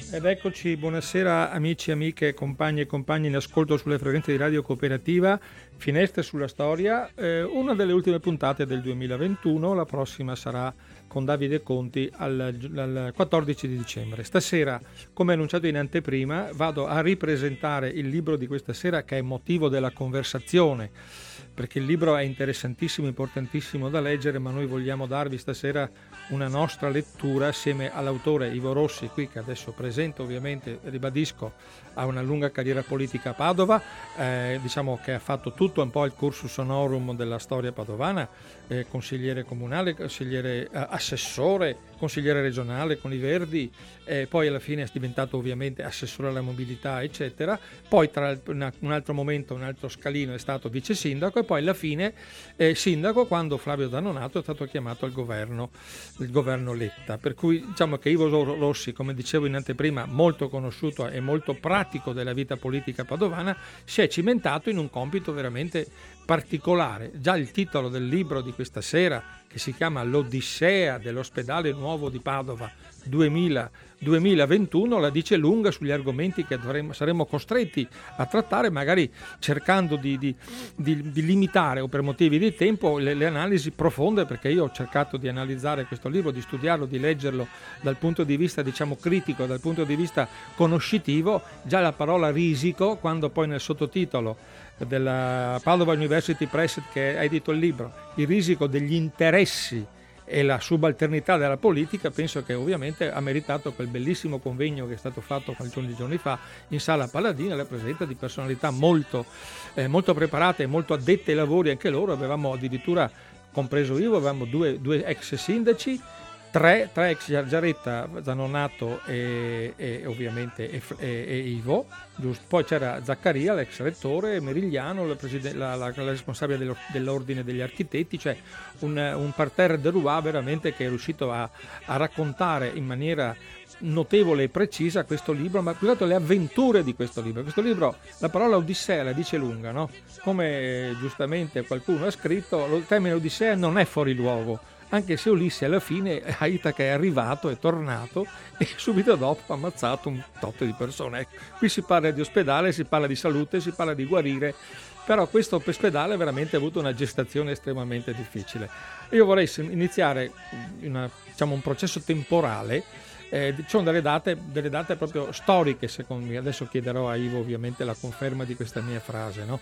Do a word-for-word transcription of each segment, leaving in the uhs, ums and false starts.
Ed eccoci, buonasera amici, amiche, compagni e compagni in ascolto sulle frequenze di Radio Cooperativa, Finestre sulla Storia, eh, una delle ultime puntate del duemilaventuno, la prossima sarà con Davide Conti al, al quattordici di dicembre. Stasera, come annunciato in anteprima, vado a ripresentare il libro di questa sera che è motivo della conversazione, perché il libro è interessantissimo, importantissimo da leggere, ma noi vogliamo darvi stasera una nostra lettura assieme all'autore Ivo Rossi, qui che adesso presento, ovviamente, ribadisco, ha una lunga carriera politica a Padova, eh, diciamo che ha fatto tutto un po' il cursus honorum della storia padovana, eh, consigliere comunale, consigliere eh, assessore, consigliere regionale con i Verdi, eh, poi alla fine è diventato ovviamente assessore alla mobilità, eccetera. Poi tra una, un altro momento, un altro scalino è stato vice sindaco e poi alla fine eh, sindaco quando Flavio Zanonato è stato chiamato al governo, il governo Letta. Per cui diciamo che Ivo Rossi, come dicevo in anteprima, molto conosciuto e molto pratico della vita politica padovana, si è cimentato in un compito veramente particolare. Già il titolo del libro di questa sera, che si chiama L'Odissea dell'ospedale nuovo di Padova duemila duemilaventuno, la dice lunga sugli argomenti che dovremmo, saremmo costretti a trattare, magari cercando di, di, di, di limitare o per motivi di tempo le, le analisi profonde, perché io ho cercato di analizzare questo libro, di studiarlo, di leggerlo dal punto di vista diciamo critico, dal punto di vista conoscitivo. Già la parola risico, quando poi nel sottotitolo della Padova University Press che ha edito il libro, il risico degli interessi e la subalternità della politica, penso che ovviamente ha meritato quel bellissimo convegno che è stato fatto qualche giorni fa in Sala Paladina, la presenza di personalità molto, eh, molto preparate e molto addette ai lavori. Anche loro avevamo addirittura, compreso io, avevamo due, due ex sindaci, Tre, tre ex Giaretta, Zanonato e, e ovviamente e, e, e Ivo, giusto? Poi c'era Zaccaria, l'ex rettore, Merigliano, la, la, la, la responsabile dello, dell'ordine degli architetti, cioè un, un parterre de roi veramente che è riuscito a, a raccontare in maniera notevole e precisa questo libro, ma scusate le avventure di questo libro. Questo libro, la parola Odissea la dice lunga, no? Come giustamente qualcuno ha scritto, il termine Odissea non è fuori luogo, anche se Ulisse alla fine a Itaca è arrivato, è tornato e subito dopo ha ammazzato un tot di persone. Ecco, qui si parla di ospedale, si parla di salute, si parla di guarire, però questo ospedale veramente ha avuto una gestazione estremamente difficile. Io vorrei iniziare una, diciamo, un processo temporale. Eh, ci sono delle date, delle date proprio storiche, secondo me. Adesso chiederò a Ivo ovviamente la conferma di questa mia frase, no?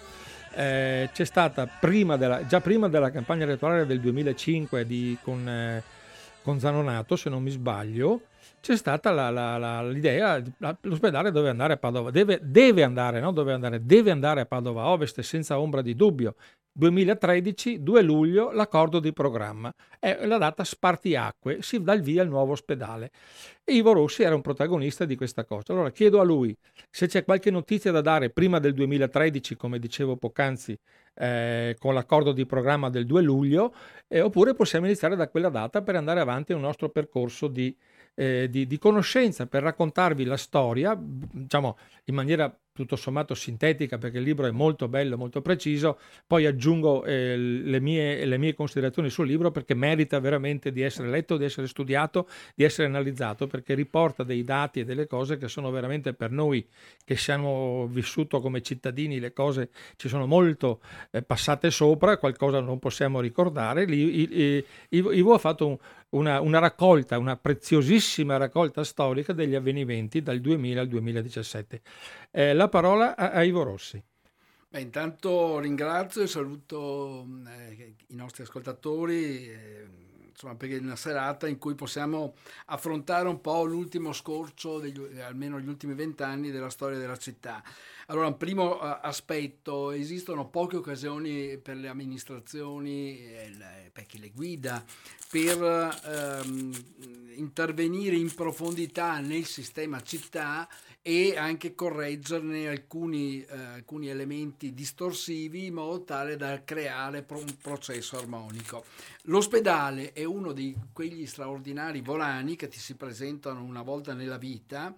Eh, c'è stata prima della, già prima della campagna elettorale del duemilacinque di, con, eh, con Zanonato, se non mi sbaglio, c'è stata la, la, la, l'idea, l'ospedale deve andare a Padova, deve, deve andare, no? Deve andare, deve andare a Padova Ovest senza ombra di dubbio. duemilatredici, due luglio, l'accordo di programma. È la data spartiacque, si dà il via al nuovo ospedale. E Ivo Rossi era un protagonista di questa cosa. Allora chiedo a lui se c'è qualche notizia da dare prima del duemilatredici, come dicevo poc'anzi, eh, con l'accordo di programma del due luglio, eh, oppure possiamo iniziare da quella data per andare avanti a un nostro percorso di, eh, di, di conoscenza, per raccontarvi la storia, diciamo in maniera tutto sommato sintetica, perché il libro è molto bello, molto preciso. Poi aggiungo eh, le, mie, le mie considerazioni sul libro, perché merita veramente di essere letto, di essere studiato, di essere analizzato, perché riporta dei dati e delle cose che sono veramente, per noi che siamo vissuto come cittadini, le cose ci sono molto eh, passate sopra, qualcosa non possiamo ricordare. Ivo, Ivo ha fatto un, una, una raccolta, una preziosissima raccolta storica degli avvenimenti dal duemila al duemiladiciassette. Eh, la parola a, a Ivo Rossi. Beh, intanto ringrazio e saluto eh, i nostri ascoltatori, eh, insomma, perché è una serata in cui possiamo affrontare un po' l'ultimo scorcio, degli, almeno gli ultimi vent'anni della storia della città. Allora, un primo uh, aspetto: esistono poche occasioni per le amministrazioni, eh, per chi le guida, per ehm, intervenire in profondità nel sistema città e anche correggerne alcuni, eh, alcuni elementi distorsivi in modo tale da creare pro- un processo armonico. L'ospedale è uno di quegli straordinari volani che ti si presentano una volta nella vita.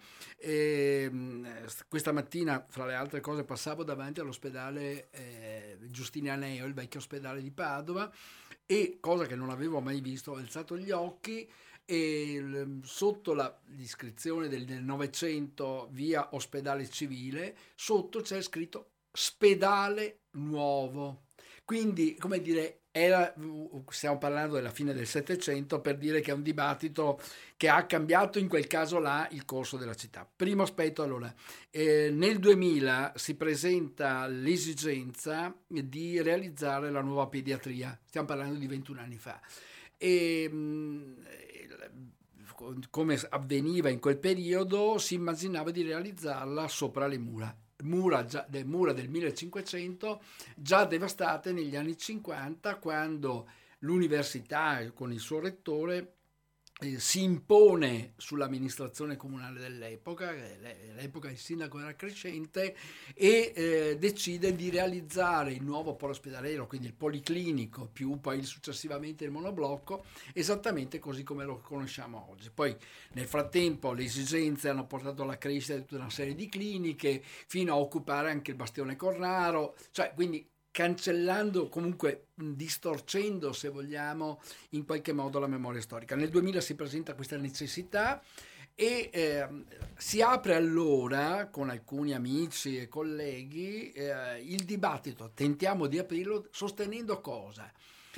E, questa mattina, fra le altre cose, passavo davanti all'ospedale eh, Giustinianeo, il vecchio ospedale di Padova, e cosa che non avevo mai visto, ho alzato gli occhi e l- sotto la l'iscrizione del, del Novecento via Ospedale Civile, sotto c'è scritto Spedale Nuovo. Quindi, come dire, era, stiamo parlando della fine del Settecento, per dire che è un dibattito che ha cambiato in quel caso là il corso della città. Primo aspetto, allora, eh, nel duemila si presenta l'esigenza di realizzare la nuova pediatria, stiamo parlando di ventuno anni fa, e mh, come avveniva in quel periodo si immaginava di realizzarla sopra le mura. Mura, già, le mura del millecinquecento, già devastate negli anni cinquanta, quando l'università con il suo rettore eh, si impone sull'amministrazione comunale dell'epoca, l'epoca il sindaco era Crescente, e eh, decide di realizzare il nuovo polo ospedaliero, quindi il policlinico più poi successivamente il monoblocco, esattamente così come lo conosciamo oggi. Poi nel frattempo le esigenze hanno portato alla crescita di tutta una serie di cliniche, fino a occupare anche il Bastione Corraro, cioè quindi cancellando, comunque distorcendo, se vogliamo, in qualche modo la memoria storica. Nel duemila si presenta questa necessità e eh, si apre allora, con alcuni amici e colleghi, eh, il dibattito, tentiamo di aprirlo sostenendo cosa?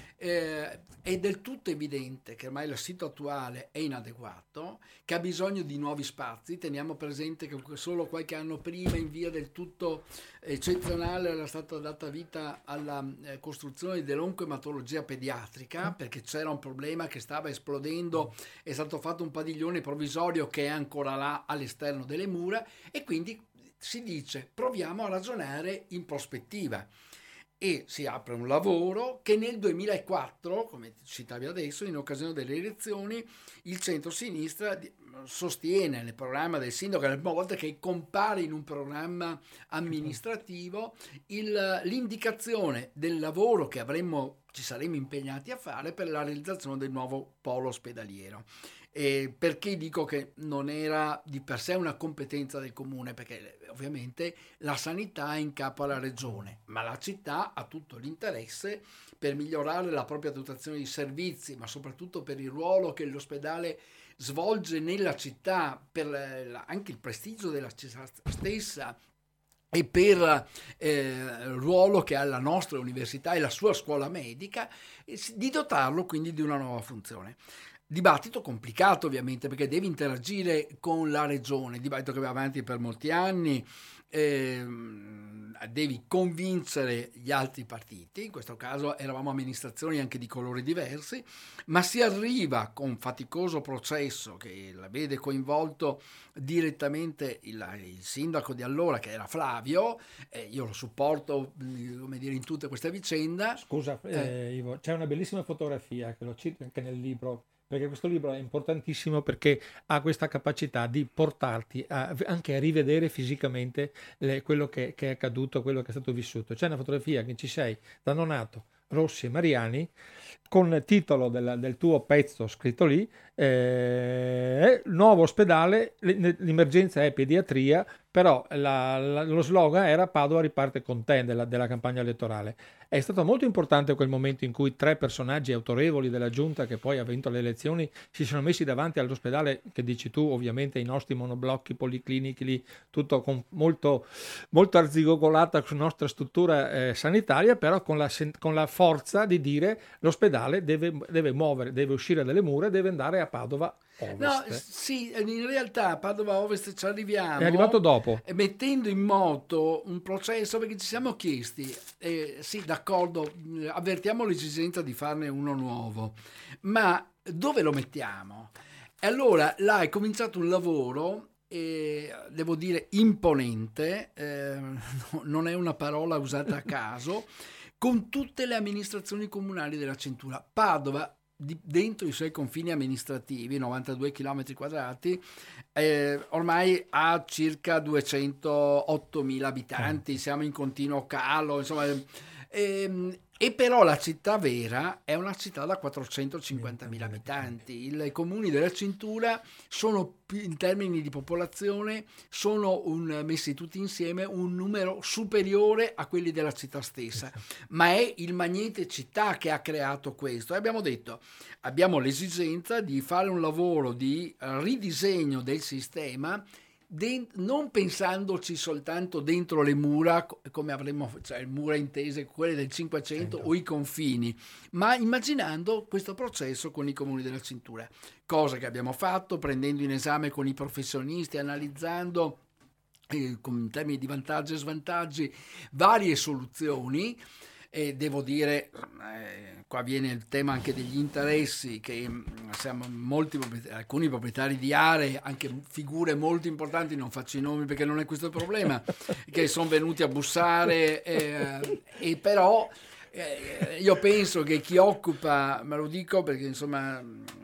Eh, è del tutto evidente che ormai il sito attuale è inadeguato, che ha bisogno di nuovi spazi. Teniamo presente che solo qualche anno prima, in via del tutto eccezionale, era stata data vita alla eh, costruzione dell'oncoematologia pediatrica, perché c'era un problema che stava esplodendo. È stato fatto un padiglione provvisorio che è ancora là all'esterno delle mura, e quindi si dice proviamo a ragionare in prospettiva. E si apre un lavoro che nel duemilaquattro, come citavi adesso, in occasione delle elezioni, il centro-sinistra sostiene nel programma del sindaco, è la prima volta che compare in un programma amministrativo, il, l'indicazione del lavoro che avremmo, ci saremmo impegnati a fare per la realizzazione del nuovo polo ospedaliero. E perché dico che non era di per sé una competenza del comune? Perché ovviamente la sanità è in capo alla regione, ma la città ha tutto l'interesse per migliorare la propria dotazione di servizi, ma soprattutto per il ruolo che l'ospedale svolge nella città, per la, anche il prestigio della città stessa, e per eh, il ruolo che ha la nostra università e la sua scuola medica, di dotarlo quindi di una nuova funzione. Dibattito complicato ovviamente, perché devi interagire con la regione, dibattito che va avanti per molti anni, eh, devi convincere gli altri partiti, in questo caso eravamo amministrazioni anche di colori diversi, ma si arriva con un faticoso processo che la vede coinvolto direttamente il, il sindaco di allora, che era Flavio, eh, io lo supporto, come dire, in tutta questa vicenda. Scusa eh, eh, Ivo, c'è una bellissima fotografia che lo cito anche nel libro, perché questo libro è importantissimo, perché ha questa capacità di portarti a, anche a rivedere fisicamente le, quello che, che è accaduto, quello che è stato vissuto. C'è una fotografia che ci sei da Donato, Rossi e Mariani, con titolo del, del tuo pezzo scritto lì, eh, nuovo ospedale, l'emergenza è pediatria, però la, la, lo slogan era Padova riparte con te della, della campagna elettorale. È stato molto importante quel momento in cui tre personaggi autorevoli della giunta, che poi ha vinto le elezioni, si sono messi davanti all'ospedale, che dici tu, ovviamente i nostri monoblocchi policlinici, tutto con molto, molto arzigogolata sulla nostra struttura eh, sanitaria, però con la, con la forza di dire l'ospedale deve, deve muovere, deve uscire dalle mura e deve andare a Padova Ovest. No, sì, in realtà a Padova Ovest ci arriviamo. È arrivato dopo. Mettendo in moto un processo, perché ci siamo chiesti, eh, sì, d'accordo, avvertiamo l'esigenza di farne uno nuovo, ma dove lo mettiamo? E allora là è cominciato un lavoro, eh, devo dire imponente, eh, non è una parola usata a caso, con tutte le amministrazioni comunali della cintura. Padova, di, dentro i suoi confini amministrativi, novantadue chilometri quadrati, eh, ormai ha circa duecentoottomila abitanti, siamo in continuo calo, insomma, ehm, E però la città vera è una città da quattrocentocinquantamila abitanti. I comuni della cintura sono, in termini di popolazione, sono un, messi tutti insieme un numero superiore a quelli della città stessa, ma è il Magnete Città che ha creato questo. E abbiamo detto, abbiamo l'esigenza di fare un lavoro di ridisegno del sistema, Dent- non pensandoci soltanto dentro le mura, come avremmo, cioè mura intese quelle del Cinquecento o i confini, ma immaginando questo processo con i comuni della cintura, cosa che abbiamo fatto prendendo in esame con i professionisti, analizzando eh, in termini di vantaggi e svantaggi varie soluzioni. E devo dire, eh, qua viene il tema anche degli interessi, che mh, siamo molti alcuni proprietari di aree, anche figure molto importanti, non faccio i nomi perché non è questo il problema, che sono venuti a bussare, eh, e però eh, io penso che chi occupa, me lo dico perché insomma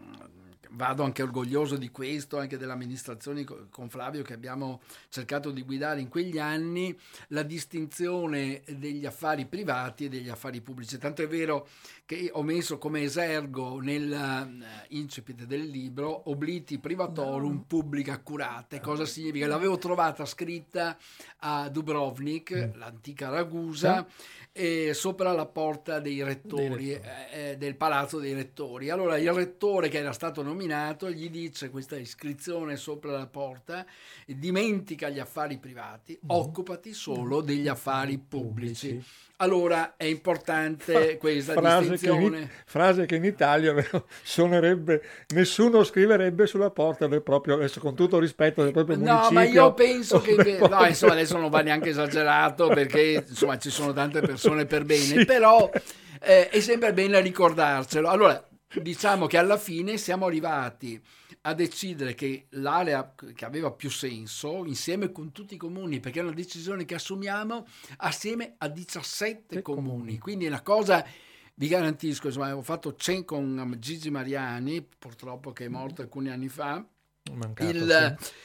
vado anche orgoglioso di questo, anche dell'amministrazione con Flavio che abbiamo cercato di guidare in quegli anni, la distinzione degli affari privati e degli affari pubblici. Tanto è vero che ho messo come esergo nel incipit del libro obliti privatorum no. publica curate. Cosa significa? L'avevo trovata scritta a Dubrovnik, mm. l'antica Ragusa, sì. E sopra la porta dei rettori, dei rettori. Eh, del palazzo dei rettori. Allora il rettore che era stato nominato gli dice questa iscrizione sopra la porta: dimentica gli affari privati, mm. occupati solo degli affari pubblici. pubblici. Allora è importante questa frase distinzione. Che in, frase che in Italia suonerebbe, nessuno scriverebbe sulla porta del proprio, adesso con tutto rispetto del proprio no, municipio. No, ma io penso che, no, insomma, adesso non va neanche esagerato perché insomma ci sono tante persone per bene, sì. però eh, è sempre bene ricordarcelo. Allora, diciamo che alla fine siamo arrivati a decidere che l'area che aveva più senso, insieme con tutti i comuni, perché è una decisione che assumiamo assieme a diciassette comuni. comuni, quindi è una cosa, vi garantisco, insomma, avevo fatto cen con Gigi Mariani, purtroppo che è morto alcuni anni fa, Mancato, il, sì.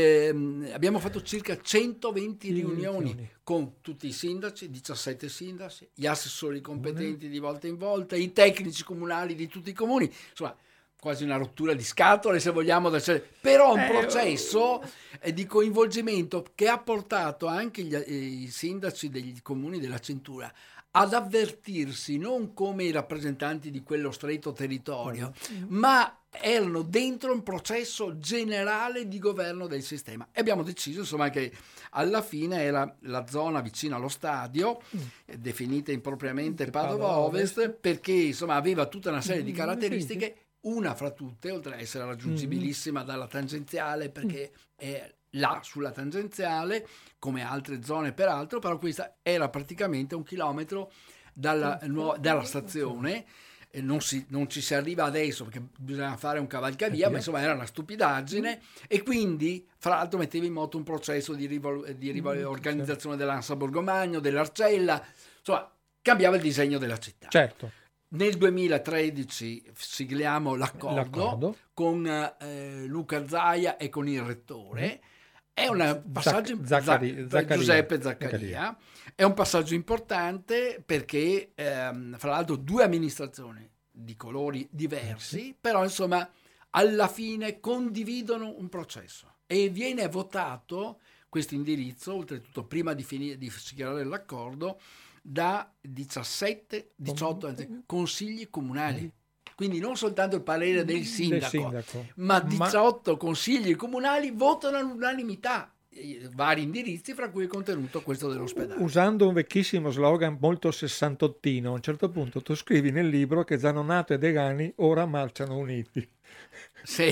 ehm, abbiamo fatto circa centoventi riunioni riunioni con tutti i sindaci, diciassette sindaci, gli assessori competenti mm. di volta in volta, i tecnici comunali di tutti i comuni, insomma, quasi una rottura di scatole se vogliamo, però un processo eh, di coinvolgimento che ha portato anche gli, eh, i sindaci degli comuni della cintura ad avvertirsi non come i rappresentanti di quello stretto territorio, mm. ma erano dentro un processo generale di governo del sistema. E abbiamo deciso insomma che alla fine era la zona vicina allo stadio, mm. definita impropriamente mm. Padova, Padova Ovest, Ovest, perché insomma aveva tutta una serie mm. di caratteristiche. Una fra tutte, oltre a essere raggiungibilissima mm. dalla tangenziale, perché mm. è là sulla tangenziale, come altre zone peraltro, però questa era praticamente un chilometro dalla, nu- dalla stazione, e non, si, non ci si arriva adesso perché bisogna fare un cavalcavia, eh, ma insomma era una stupidaggine, mm. e quindi fra l'altro metteva in moto un processo di, rivol- di riorganizzazione mm, dell'Ansa Borgomagno, dell'Arcella, insomma cambiava il disegno della città. Certo. Nel duemilatredici sigliamo l'accordo, l'accordo. con eh, Luca Zaia e con il rettore. È un passaggio Zac- Zaccari- Zac- Giuseppe Zaccaria. Zaccaria. È un passaggio importante perché ehm, fra l'altro due amministrazioni di colori diversi, sì. però insomma alla fine condividono un processo e viene votato questo indirizzo, oltretutto prima di finire di siglare l'accordo, da diciassette diciotto consigli comunali, quindi non soltanto il parere del sindaco, del sindaco. ma diciotto ma... consigli comunali votano all'unanimità vari indirizzi, fra cui è contenuto questo dell'ospedale. Usando un vecchissimo slogan molto sessantottino, a un certo punto tu scrivi nel libro che Zanonato e Degani ora marciano uniti. Sì,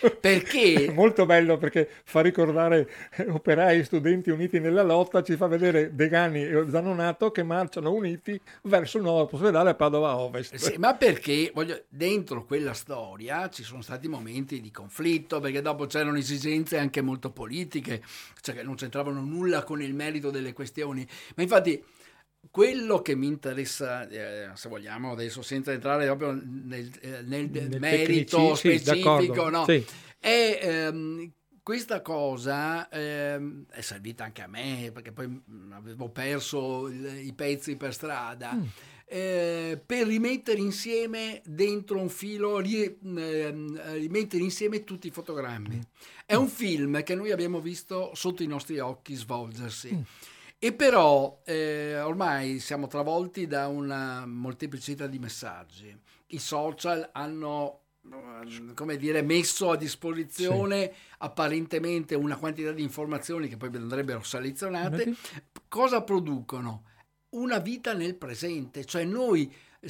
perché molto bello, perché fa ricordare operai e studenti uniti nella lotta, ci fa vedere Degani e Zanonato che marciano uniti verso il nuovo ospedale a Padova Ovest. Sì, ma perché voglio, dentro quella storia ci sono stati momenti di conflitto, perché dopo c'erano esigenze anche molto politiche, cioè che non c'entravano nulla con il merito delle questioni, ma infatti quello che mi interessa, eh, se vogliamo adesso, senza entrare proprio nel, eh, nel, nel merito tecnici, specifico, sì, no, sì. è ehm, questa cosa ehm, è servita anche a me, perché poi avevo perso il, i pezzi per strada. Mm. eh, per rimettere insieme dentro un filo, ri, eh, rimettere insieme tutti i fotogrammi. È un film che noi abbiamo visto sotto i nostri occhi svolgersi. E però eh, ormai siamo travolti da una molteplicità di messaggi. I social hanno, come dire, messo a disposizione sì. apparentemente una quantità di informazioni che poi andrebbero selezionate. Cosa producono? Una vita nel presente, cioè noi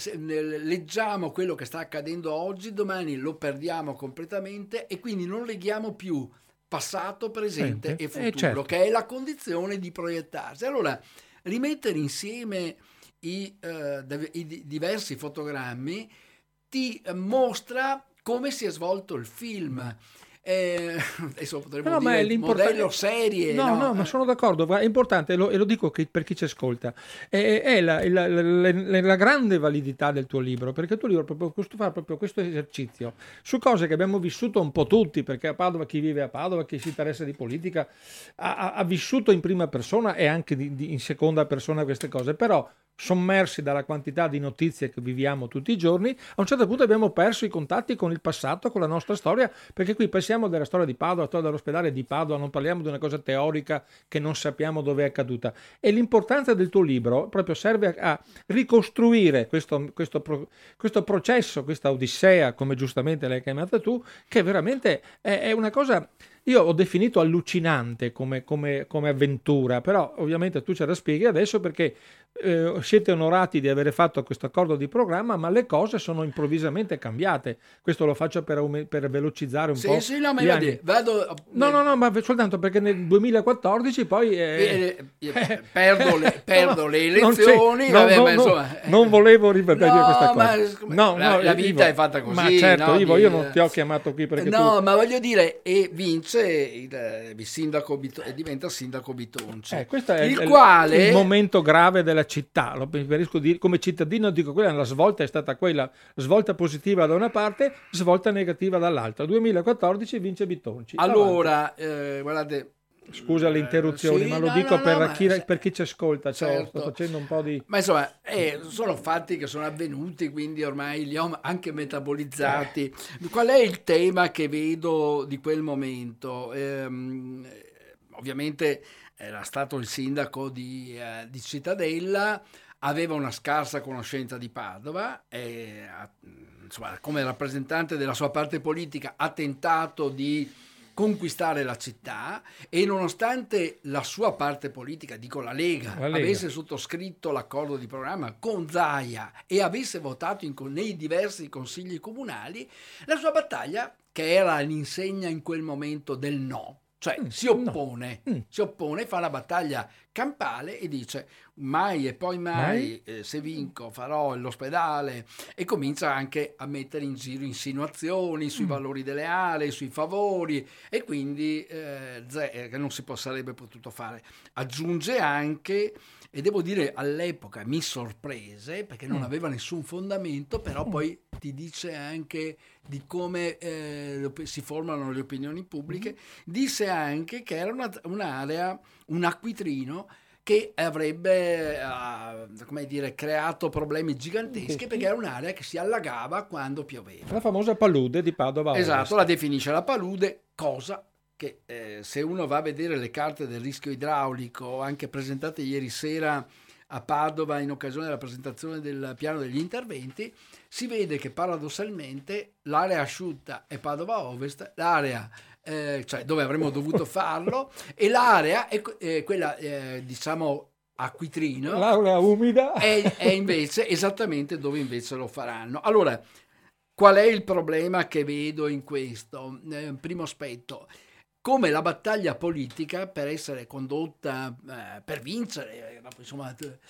leggiamo quello che sta accadendo oggi, domani lo perdiamo completamente e quindi non leghiamo più passato, presente Sente. e futuro, eh, certo. che è la condizione di proiettarsi. Allora, rimettere insieme i, uh, i diversi fotogrammi ti mostra come si è svolto il film. Eh, adesso potremmo no, dire il modello serie. No, no, no, ma sono d'accordo, è importante, e lo, e lo dico che, per chi ci ascolta, è, è la, la, la, la, la grande validità del tuo libro, perché il tuo libro proprio, fa proprio questo esercizio su cose che abbiamo vissuto un po' tutti, perché a Padova chi vive a Padova, chi si interessa di politica, ha, ha vissuto in prima persona e anche di, di, in seconda persona queste cose, però sommersi dalla quantità di notizie che viviamo tutti i giorni, a un certo punto abbiamo perso i contatti con il passato, con la nostra storia, perché qui pensiamo della storia di Padova, la storia dell'ospedale di Padova, non parliamo di una cosa teorica che non sappiamo dove è accaduta. E l'importanza del tuo libro proprio serve a, a ricostruire questo, questo, questo processo, questa odissea, come giustamente l'hai chiamata tu, che veramente è, è una cosa... Io ho definito allucinante come, come, come avventura, però ovviamente tu ce la spieghi adesso perché eh, siete onorati di avere fatto questo accordo di programma, ma le cose sono improvvisamente cambiate. Questo lo faccio per, per velocizzare un sì, po'. Sì, no, ma vedi, vado... No, no, no, ma soltanto perché nel duemilaquattordici poi... Eh, eh, perdo, le, perdo no, le elezioni. Non, vabbè, no, ma no, insomma, non volevo ripetere no, questa cosa. Ma, no, la, no, la vita Ivo, è fatta così. Ma certo, no, Ivo, di, io non ti ho chiamato qui perché no, tu... ma voglio dire, e vince il, il sindaco e diventa sindaco Bitonci. Eh, questo è il, il, quale... il momento grave della città. Lo preferisco dire come cittadino, dico quella la svolta è stata quella, svolta positiva da una parte, svolta negativa dall'altra. duemilaquattordici vince Bitonci. Allora, eh, guardate, scusa l'interruzione, sì, ma lo no, dico no, per, no, chi, ma... per chi ci ascolta, certo. Sto facendo un po' di... Ma insomma, eh, sono fatti che sono avvenuti, quindi ormai li ho anche metabolizzati. Eh. Qual è il tema che vedo di quel momento? Ehm, ovviamente era stato il sindaco di, eh, di Cittadella, aveva una scarsa conoscenza di Padova e, insomma, come rappresentante della sua parte politica ha tentato di conquistare la città e nonostante la sua parte politica, dico la Lega, la Lega. avesse sottoscritto l'accordo di programma con Zaia e avesse votato in, nei diversi consigli comunali, la sua battaglia, che era l'insegna in quel momento del no, cioè mm, si oppone, no. mm. si oppone, fa la battaglia campale e dice mai e poi mai, mai? Eh, se vinco farò l'ospedale, e comincia anche a mettere in giro insinuazioni sui mm. valori delle aree, sui favori, e quindi eh, che non si sarebbe potuto fare. Aggiunge anche, e devo dire all'epoca mi sorprese perché non mm. aveva nessun fondamento, però mm. poi ti dice anche di come eh, si formano le opinioni pubbliche, mm. disse anche che era una, un'area, un acquitrino che avrebbe uh, come dire, creato problemi giganteschi sì. perché era un'area che si allagava quando pioveva. La famosa palude di Padova. Esatto, Ovest. La definisce la palude, cosa che eh, se uno va a vedere le carte del rischio idraulico anche presentate ieri sera a Padova in occasione della presentazione del piano degli interventi, si vede che paradossalmente l'area asciutta è Padova Ovest, l'area eh, cioè dove avremmo dovuto farlo, e l'area è eh, quella eh, diciamo acquitrino, l'area umida è, è invece esattamente dove invece lo faranno. Allora, qual è il problema che vedo in questo? Eh, primo aspetto, come la battaglia politica per essere condotta, eh, per vincere, insomma,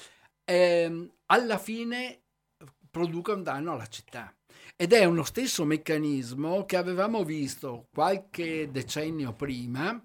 eh, alla fine produca un danno alla città. Ed è uno stesso meccanismo che avevamo visto qualche decennio prima,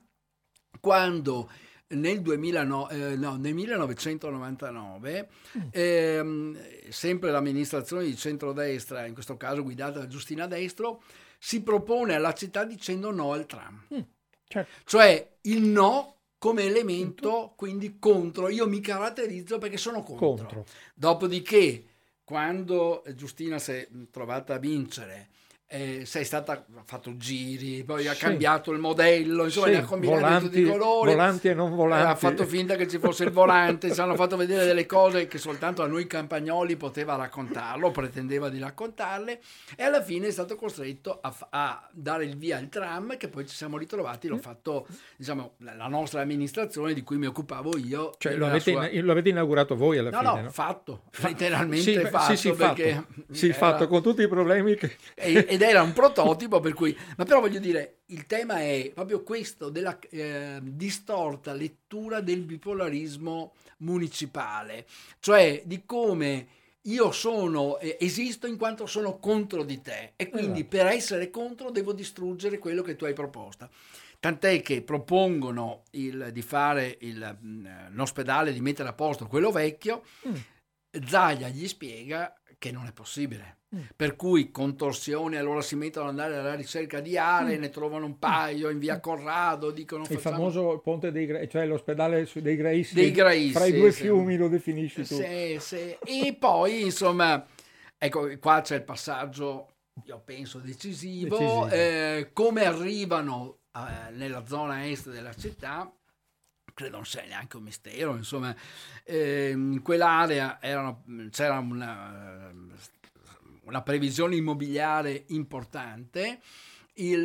quando nel, duemilanove, eh, no, nel millenovecentonovantanove, ehm, sempre l'amministrazione di centrodestra, in questo caso guidata da Giustina Destro, si propone alla città dicendo no al tram. Mm. Certo. Cioè il no come elemento, quindi contro. Io mi caratterizzo perché sono contro. contro. Dopodiché quando Giustina si è trovata a vincere, eh, sei stata, ha fatto giri, poi sì. ha cambiato il modello, insomma sì, ne ha combinato volanti, tutti i colori, volanti e non volanti, eh, ha fatto finta che ci fosse il volante, ci hanno fatto vedere delle cose che soltanto a noi campagnoli poteva raccontarlo, pretendeva di raccontarle, e alla fine è stato costretto a, a dare il via al tram, che poi ci siamo ritrovati, l'ho fatto, diciamo, la nostra amministrazione di cui mi occupavo io. Cioè lo avete, sua... in, lo avete inaugurato voi alla no, fine? No, no, fatto, letteralmente sì, fatto, sì, sì, perché fatto, sì, era... fatto, con tutti i problemi che... ed era un prototipo, per cui, ma però voglio dire, il tema è proprio questo della eh, distorta lettura del bipolarismo municipale, cioè di come io sono, eh, esisto in quanto sono contro di te, e quindi esatto. per essere contro devo distruggere quello che tu hai proposto. Tant'è che propongono il, di fare il, l'ospedale, di mettere a posto quello vecchio. mm. Zaia gli spiega che non è possibile, mm. per cui contorsioni, allora si mettono ad andare alla ricerca di aree, mm. ne trovano un paio in via Corrado, dicono il facciamo... famoso ponte dei Gra- cioè l'ospedale dei Graissi, dei Graissi fra i due sì. fiumi lo definisci tu. Sì, sì. E poi insomma, ecco, qua c'è il passaggio, io penso decisivo, decisivo. Eh, come arrivano eh, nella zona est della città. Credo non sia neanche un mistero, insomma, eh, in quell'area erano, c'era una, una previsione immobiliare importante, il,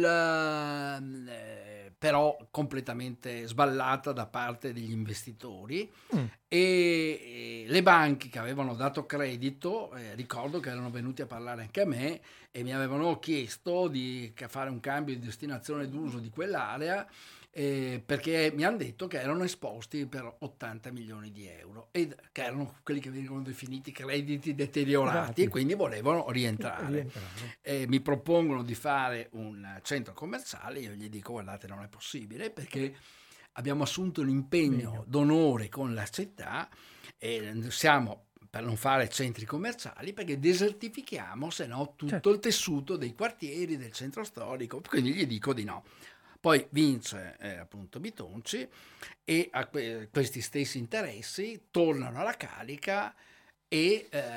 eh, però completamente sballata da parte degli investitori, mm. e, e le banche che avevano dato credito, eh, ricordo che erano venuti a parlare anche a me e mi avevano chiesto di fare un cambio di destinazione d'uso di quell'area, Eh, perché mi hanno detto che erano esposti per ottanta milioni di euro, e che erano quelli che vengono definiti crediti deteriorati, esatto. e quindi volevano rientrare. rientrare. Eh, mi propongono di fare un centro commerciale, io gli dico guardate, non è possibile, perché abbiamo assunto un impegno Bene. d'onore con la città e siamo per non fare centri commerciali, perché desertifichiamo se no tutto certo. il tessuto dei quartieri, del centro storico, quindi gli dico di no. Poi vince eh, appunto Bitonci, e a que- questi stessi interessi tornano alla carica, e, eh,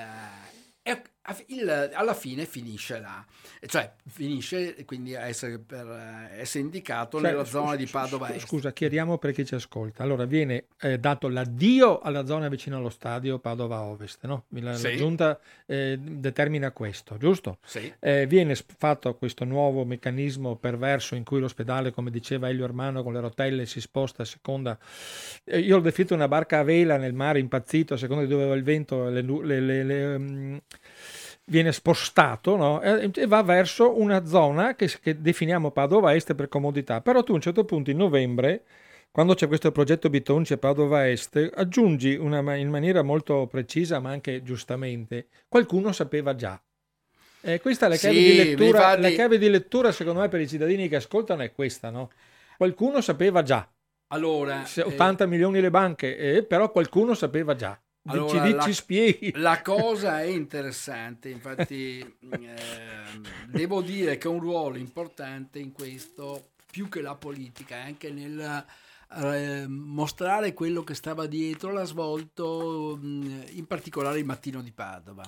e il, alla fine finisce là, cioè finisce quindi a essere, per essere indicato cioè, nella scusa, zona di Padova Est. Scusa, chiariamo per chi ci ascolta. Allora viene eh, dato l'addio alla zona vicino allo stadio Padova Ovest, no? La, sì. la giunta eh, determina questo, giusto? Sì. Eh, viene fatto questo nuovo meccanismo perverso in cui l'ospedale, come diceva Elio Ermano, con le rotelle si sposta a seconda, eh, io l'ho definito una barca a vela nel mare impazzito, a seconda di dove va il vento, le, le, le, le um, viene spostato, no? e, e va verso una zona che, che definiamo Padova Est per comodità. Però tu a un certo punto in novembre, quando c'è questo progetto Bitonci e Padova Est, aggiungi una, in maniera molto precisa, ma anche giustamente, qualcuno sapeva già. Eh, questa è la chiave, sì, di lettura, infatti... la chiave di lettura secondo me per i cittadini che ascoltano è questa, no? Qualcuno sapeva già. Allora, ottanta eh... milioni le banche, eh, però qualcuno sapeva già. Allora, ci, la, ci spieghi. La cosa è interessante, infatti eh, devo dire che un ruolo importante in questo, più che la politica, anche nel eh, mostrare quello che stava dietro, l'ha svolto mh, in particolare il Mattino di Padova,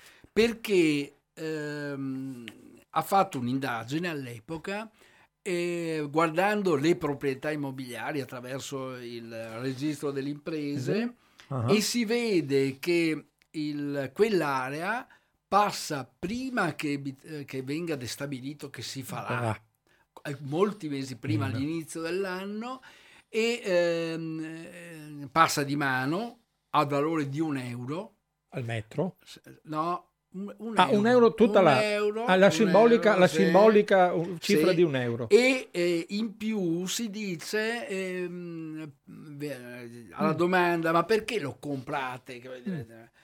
perché ehm, ha fatto un'indagine all'epoca, e guardando le proprietà immobiliari attraverso il registro delle imprese, mm-hmm. Uh-huh. E si vede che il, quell'area passa prima che, che venga destabilito, che si farà uh-huh. molti mesi prima, uh-huh. all'inizio dell'anno, e ehm, passa di mano al valore di un euro al metro. No, un, un ah, euro. un euro tutta un la, euro, ah, la simbolica, euro, la sì, simbolica cifra sì, di un euro. E eh, in più si dice ehm, alla domanda ma perché lo comprate? Mm.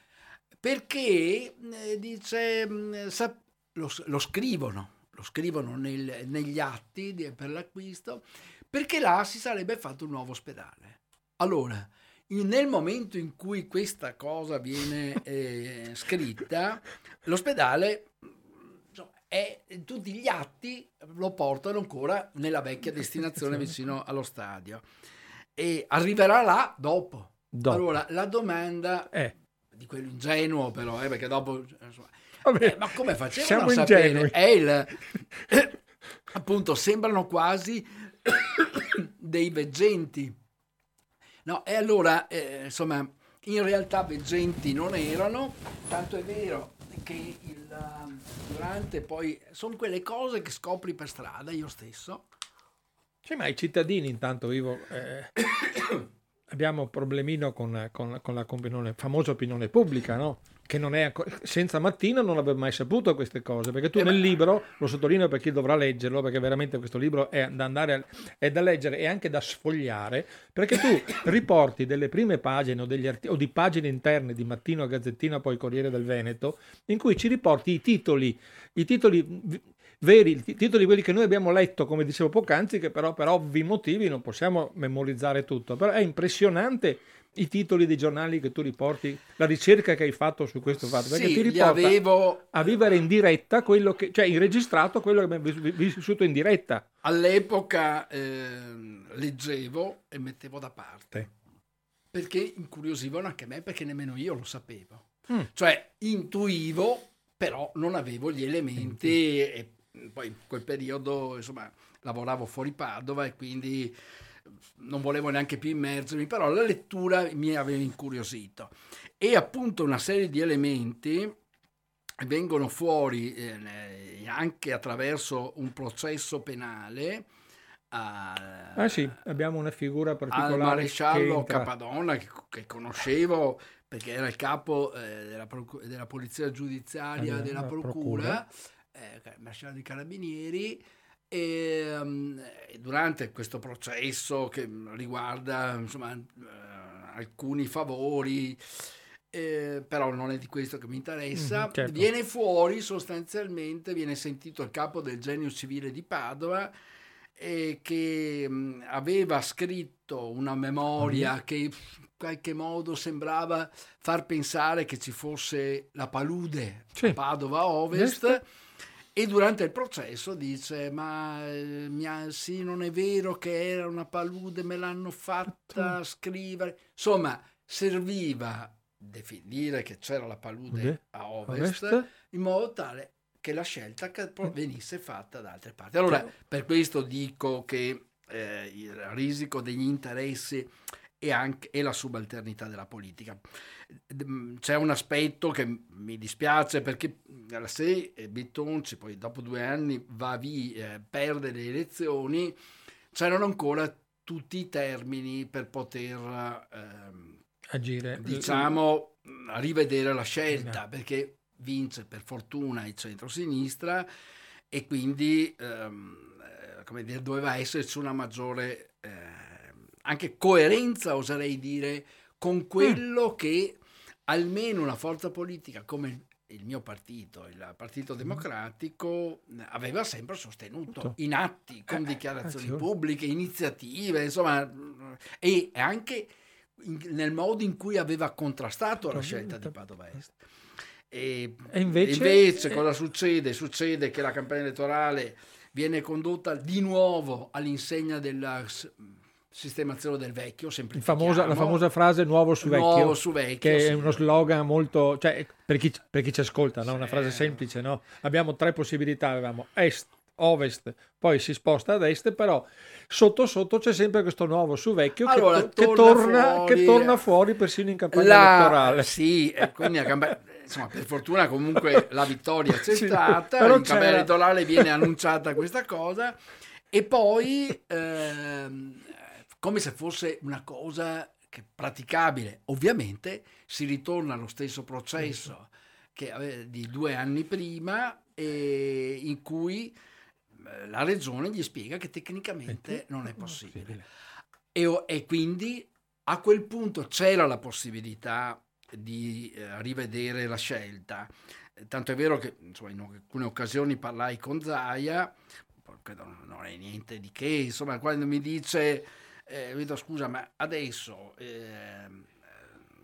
Perché eh, dice sa, lo, lo scrivono, lo scrivono nel, negli atti di, per l'acquisto, perché là si sarebbe fatto un nuovo ospedale. Allora, nel momento in cui questa cosa viene eh, scritta, l'ospedale, insomma, è, tutti gli atti lo portano ancora nella vecchia destinazione vicino allo stadio, e arriverà là dopo. dopo. Allora la domanda eh. di quello ingenuo però, eh, perché dopo... Insomma, Vabbè, eh, ma come facevano a siamo sapere? ingenui. È il, eh, appunto, sembrano quasi dei veggenti. No, e allora, eh, insomma, in realtà veggenti non erano, tanto è vero che il, uh, durante poi... Sono quelle cose che scopri per strada, io stesso. Sì, ma i cittadini intanto vivo... Eh, abbiamo un problemino con, con, con la opinione, famosa opinione pubblica, no? Che non è senza Mattino non avrebbe mai saputo queste cose, perché tu Eh, nel ma... libro, lo sottolineo per chi dovrà leggerlo, perché veramente questo libro è da andare a, è da leggere e anche da sfogliare, perché tu riporti delle prime pagine o, degli arti- o di pagine interne di Mattino, Gazzettina, poi Corriere del Veneto, in cui ci riporti i titoli, i titoli veri, i titoli quelli che noi abbiamo letto, come dicevo poc'anzi, che però per ovvi motivi non possiamo memorizzare tutto, però è impressionante i titoli dei giornali che tu riporti, la ricerca che hai fatto su questo fatto, perché sì, ti riporta avevo... a vivere in diretta quello che, cioè in registrato quello che abbiamo vissuto in diretta. All'epoca eh, leggevo e mettevo da parte, perché incuriosivano anche me, perché nemmeno io lo sapevo. Mm. Cioè intuivo, però non avevo gli elementi mm. e poi in quel periodo insomma lavoravo fuori Padova e quindi non volevo neanche più immergermi, però la lettura mi aveva incuriosito e appunto una serie di elementi vengono fuori eh, anche attraverso un processo penale a, ah sì, abbiamo una figura particolare al maresciallo che Capadonna che, che conoscevo perché era il capo eh, della, della polizia giudiziaria ah, della procura, procura. Eh, maresciallo di Carabinieri. E, um, durante questo processo che riguarda insomma uh, alcuni favori eh, però non è di questo che mi interessa, mm, certo. Viene fuori sostanzialmente, viene sentito il capo del Genio Civile di Padova eh, che mh, aveva scritto una memoria mm. che in qualche modo sembrava far pensare che ci fosse la palude sì. a Padova Ovest. Est. E durante il processo dice ma eh, mia, sì non è vero che era una palude, me l'hanno fatta scrivere, insomma serviva dire che c'era la palude a ovest, ovest in modo tale che la scelta venisse fatta da altre parti. Allora per questo dico che eh, il risico degli interessi e anche e la subalternità della politica. C'è un aspetto che mi dispiace perché se Bitonci poi dopo due anni va via, eh, perde le elezioni, c'erano ancora tutti i termini per poter eh, agire, diciamo, rivedere la scelta, no. Perché vince per fortuna il centro-sinistra e quindi ehm, come dire, doveva esserci una maggiore eh, anche coerenza, oserei dire, con quello mm. che almeno una forza politica come il mio partito, il Partito Democratico, aveva sempre sostenuto Tutto. in atti, con dichiarazioni eh, pubbliche, iniziative, insomma, e anche in, nel modo in cui aveva contrastato la scelta di Padova Est. E, e invece, invece cosa succede? Succede che la campagna elettorale viene condotta di nuovo all'insegna della sistemazione del vecchio, famosa, la famosa frase nuovo su vecchio, nuovo su vecchio che sì. è uno slogan molto, cioè per chi, per chi ci ascolta, no? Una frase semplice, no? Abbiamo tre possibilità, avevamo est, ovest, poi si sposta ad est, però sotto sotto c'è sempre questo nuovo su vecchio allora, che, to- torna che, torna, fuori, che torna fuori persino in campagna la, elettorale. Sì, e quindi la campagna, insomma, per fortuna comunque la vittoria c'è sì, stata, però in campagna elettorale viene annunciata questa cosa e poi ehm, come se fosse una cosa che praticabile. Ovviamente si ritorna allo stesso processo che di due anni prima e in cui la regione gli spiega che tecnicamente non è possibile. E, e quindi a quel punto c'era la possibilità di eh, rivedere la scelta. Tanto è vero che insomma, in alcune occasioni parlai con Zaia, credo non è niente di che, insomma, quando mi dice eh, vedo, scusa, ma adesso eh,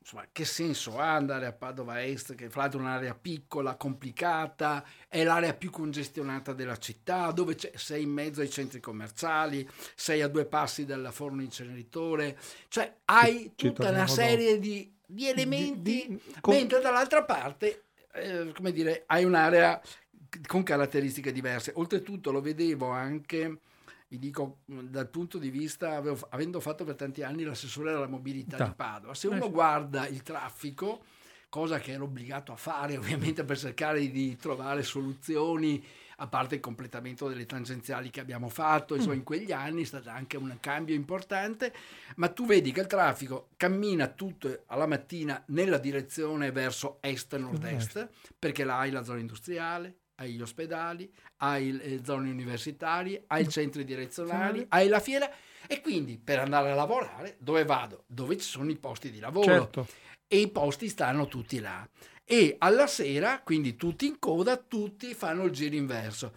insomma, che senso ha andare a Padova Est, che fra l'altro è un'area piccola, complicata, è l'area più congestionata della città, dove c'è, sei in mezzo ai centri commerciali, sei a due passi dal forno inceneritore, cioè hai Ci tutta una torniamo serie di, di elementi, Di- di- con- mentre dall'altra parte, eh, come dire, hai un'area con caratteristiche diverse. Oltretutto lo vedevo anche, vi dico, dal punto di vista, avevo- avendo fatto per tanti anni l'assessore alla mobilità Ta. di Padova, se Eh, uno sì. guarda il traffico, cosa che ero obbligato a fare ovviamente per cercare di trovare soluzioni, a parte il completamento delle tangenziali che abbiamo fatto, insomma Mm. in quegli anni è stato anche un cambio importante, ma tu vedi che il traffico cammina tutto alla mattina nella direzione verso est-nord-est, perché là hai la zona industriale, hai gli ospedali, hai le zone universitarie, hai i centri direzionali, hai la fiera, e quindi per andare a lavorare dove vado? Dove ci sono i posti di lavoro. Certo. E i posti stanno tutti là. E alla sera, quindi tutti in coda, tutti fanno il giro inverso.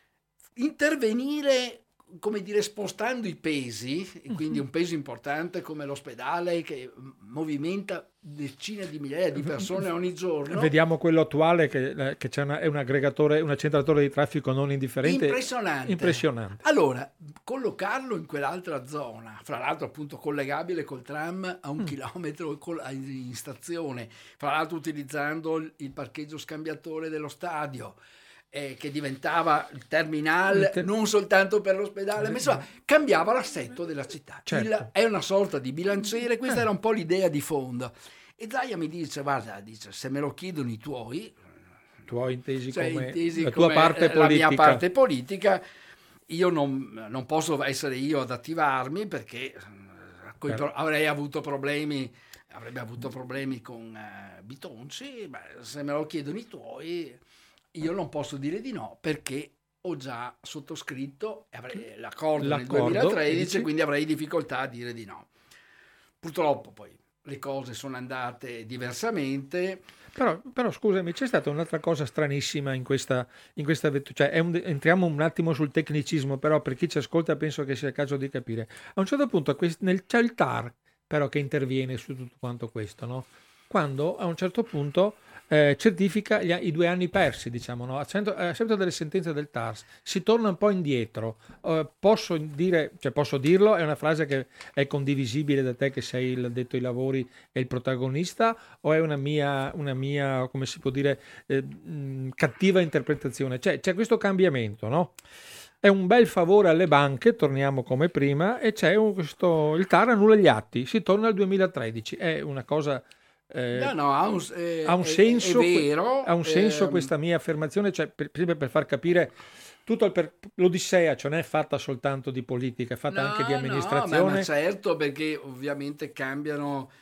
Intervenire, come dire, spostando i pesi, e quindi un peso importante come l'ospedale che movimenta decine di migliaia di persone ogni giorno. Vediamo quello attuale che, che c'è una, è un aggregatore, un acceleratore di traffico non indifferente. Impressionante. Impressionante. Allora, collocarlo in quell'altra zona, fra l'altro appunto collegabile col tram a un Mm. chilometro col- in stazione, fra l'altro utilizzando il, il parcheggio scambiatore dello stadio, eh, che diventava il terminal Il te- non soltanto per l'ospedale, ma insomma cambiava l'assetto della città. Certo. Il- è una sorta di bilanciere, questa Eh. era un po' l'idea di fondo. E Zaia mi dice, guarda, dice, se me lo chiedono i tuoi, Tuoi intesi cioè come intesi la tua come parte la politica. mia parte politica, io non, non posso essere io ad attivarmi perché eh, coi pro- avrei avuto problemi, avrebbe avuto problemi con eh, Bitonci, beh, se me lo chiedono i tuoi, io non posso dire di no perché ho già sottoscritto avrei, l'accordo, L'accordo, nel duemilatredici, dici? quindi avrei difficoltà a dire di no. Purtroppo poi le cose sono andate diversamente. Però, però scusami, c'è stata un'altra cosa stranissima in questa, in questa vettura, cioè è un- entriamo un attimo sul tecnicismo, però per chi ci ascolta penso che sia il caso di capire. A un certo punto quest- nel- c'è il T A R però che interviene su tutto quanto questo, no? Quando a un certo punto eh, certifica gli a- i due anni persi, diciamo, no? A cento- a seguito delle sentenze del T A R S, si torna un po' indietro. Eh, posso dire, cioè posso dirlo, è una frase che è condivisibile da te che sei il detto ai lavori e il protagonista, o è una mia, una mia come si può dire, eh, mh, cattiva interpretazione? Cioè, c'è questo cambiamento, no? È un bel favore alle banche, torniamo come prima, e c'è un- questo, il T A R annulla gli atti, si torna al duemilatredici, è una cosa... eh, No, no, ha un, eh, ha un è- senso, è vero, ha un senso ehm, questa mia affermazione, cioè per, per per far capire tutto il per, l'Odissea, cioè non è fatta soltanto di politica, è fatta anche di no, no, ma, amministrazione. ma certo, perché ovviamente cambiano,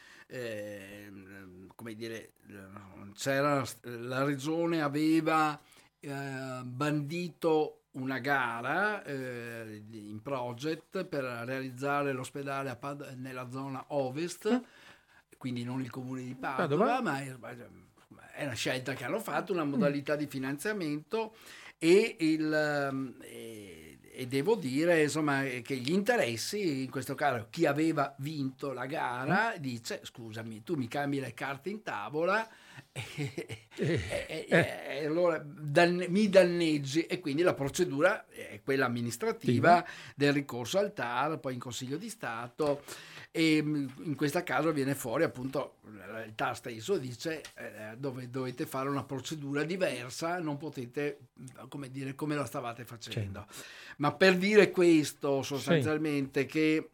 eh, come dire, c'era, la regione aveva eh, bandito una gara eh, di- in project per realizzare l'ospedale a Pad- nella zona ovest, Mm. quindi non il comune di Padova. Padova, ma è, è una scelta che hanno fatto, una modalità di finanziamento e il... ehm, e- e devo dire insomma che gli interessi, in questo caso chi aveva vinto la gara dice scusami, tu mi cambi le carte in tavola e, Eh, e- eh. e allora danne- mi danneggi, e quindi la procedura è quella amministrativa del ricorso al T A R, poi in Consiglio di Stato, e mh, in questo caso viene fuori appunto il T A R stesso dice eh, dove dovete fare una procedura diversa, non potete, come dire, come la stavate facendo. Ma per dire questo sostanzialmente che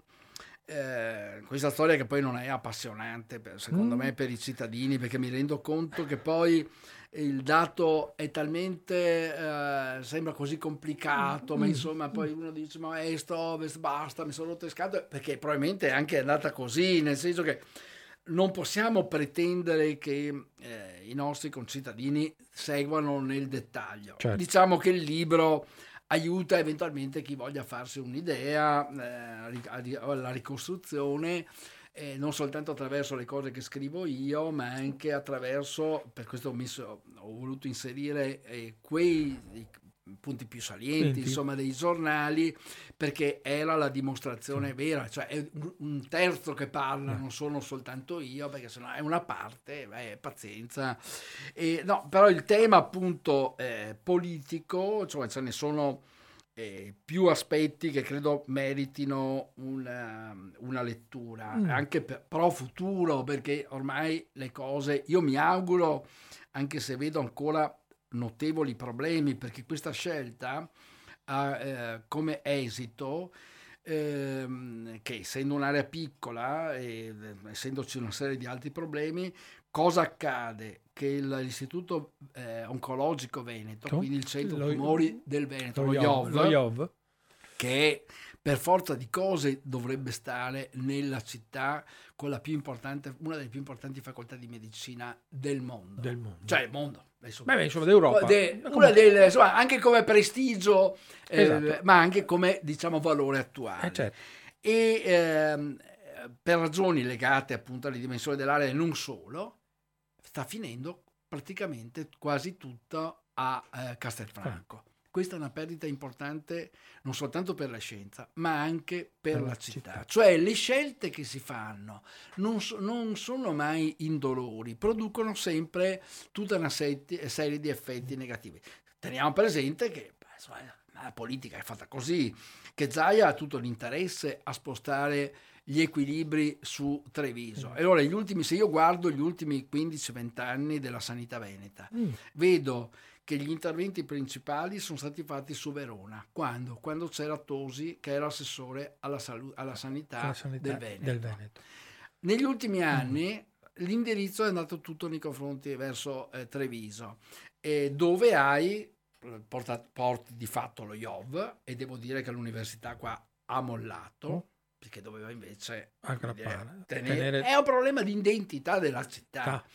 eh, questa storia che poi non è appassionante per- secondo Mm. me per i cittadini, perché mi rendo conto che poi il dato è talmente eh, sembra così complicato, ma Mm. insomma poi uno dice ma est, ovest, basta, mi sono rotto le scatole, perché probabilmente è anche andata così, nel senso che non possiamo pretendere che eh, i nostri concittadini seguano nel dettaglio. Certo. Diciamo che il libro aiuta eventualmente chi voglia farsi un'idea eh, ri- alla ricostruzione, eh, non soltanto attraverso le cose che scrivo io, ma anche attraverso, per questo ho, messo, ho voluto inserire eh, quei punti più salienti, Senti. insomma, dei giornali, perché era la dimostrazione sì. vera, cioè è un terzo che parla, non sono soltanto io, perché sennò è una parte, beh, pazienza. E, no, però il tema appunto eh, politico, cioè ce ne sono eh, più aspetti che credo meritino una, una lettura, mm. anche per, pro futuro, perché ormai le cose, io mi auguro, anche se vedo ancora notevoli problemi, perché questa scelta ha eh, come esito ehm, che essendo un'area piccola e essendoci una serie di altri problemi, cosa accade? Che il, l'Istituto eh, Oncologico Veneto, oh, quindi il Centro lo, Tumori del Veneto, lo, lo, I O V, lo I O V, che per forza di cose dovrebbe stare nella città con la più importante, una delle più importanti facoltà di medicina del mondo, del mondo. cioè il mondo. Insomma, Beh, insomma d'Europa. De, una delle, insomma, anche come prestigio, esatto. eh, ma anche come, diciamo, valore attuale. Eh, certo. E ehm, per ragioni legate appunto alle dimensioni dell'area e non solo, sta finendo praticamente quasi tutto a eh, Castelfranco. Ah. Questa è una perdita importante non soltanto per la scienza, ma anche per, per la città. città. Cioè le scelte che si fanno non, so, non sono mai indolori, producono sempre tutta una serie, serie di effetti negativi. Teniamo presente che beh, insomma, la politica è fatta così, che Zaia ha tutto l'interesse a spostare gli equilibri su Treviso. Mm. E allora gli ultimi, se io guardo gli ultimi quindici venti anni della sanità veneta, mm. vedo che gli interventi principali sono stati fatti su Verona. Quando? Quando c'era Tosi, che era assessore alla, salu- alla sanità, alla sanità del, Veneto. del Veneto. Negli ultimi anni mm. l'indirizzo è andato tutto nei confronti verso eh, Treviso, eh, dove hai porta- porti di fatto lo I O V, e devo dire che l'università qua ha mollato, mm. perché doveva invece aggrappare. Tenere... Tenere... È un problema di identità della città. Ah.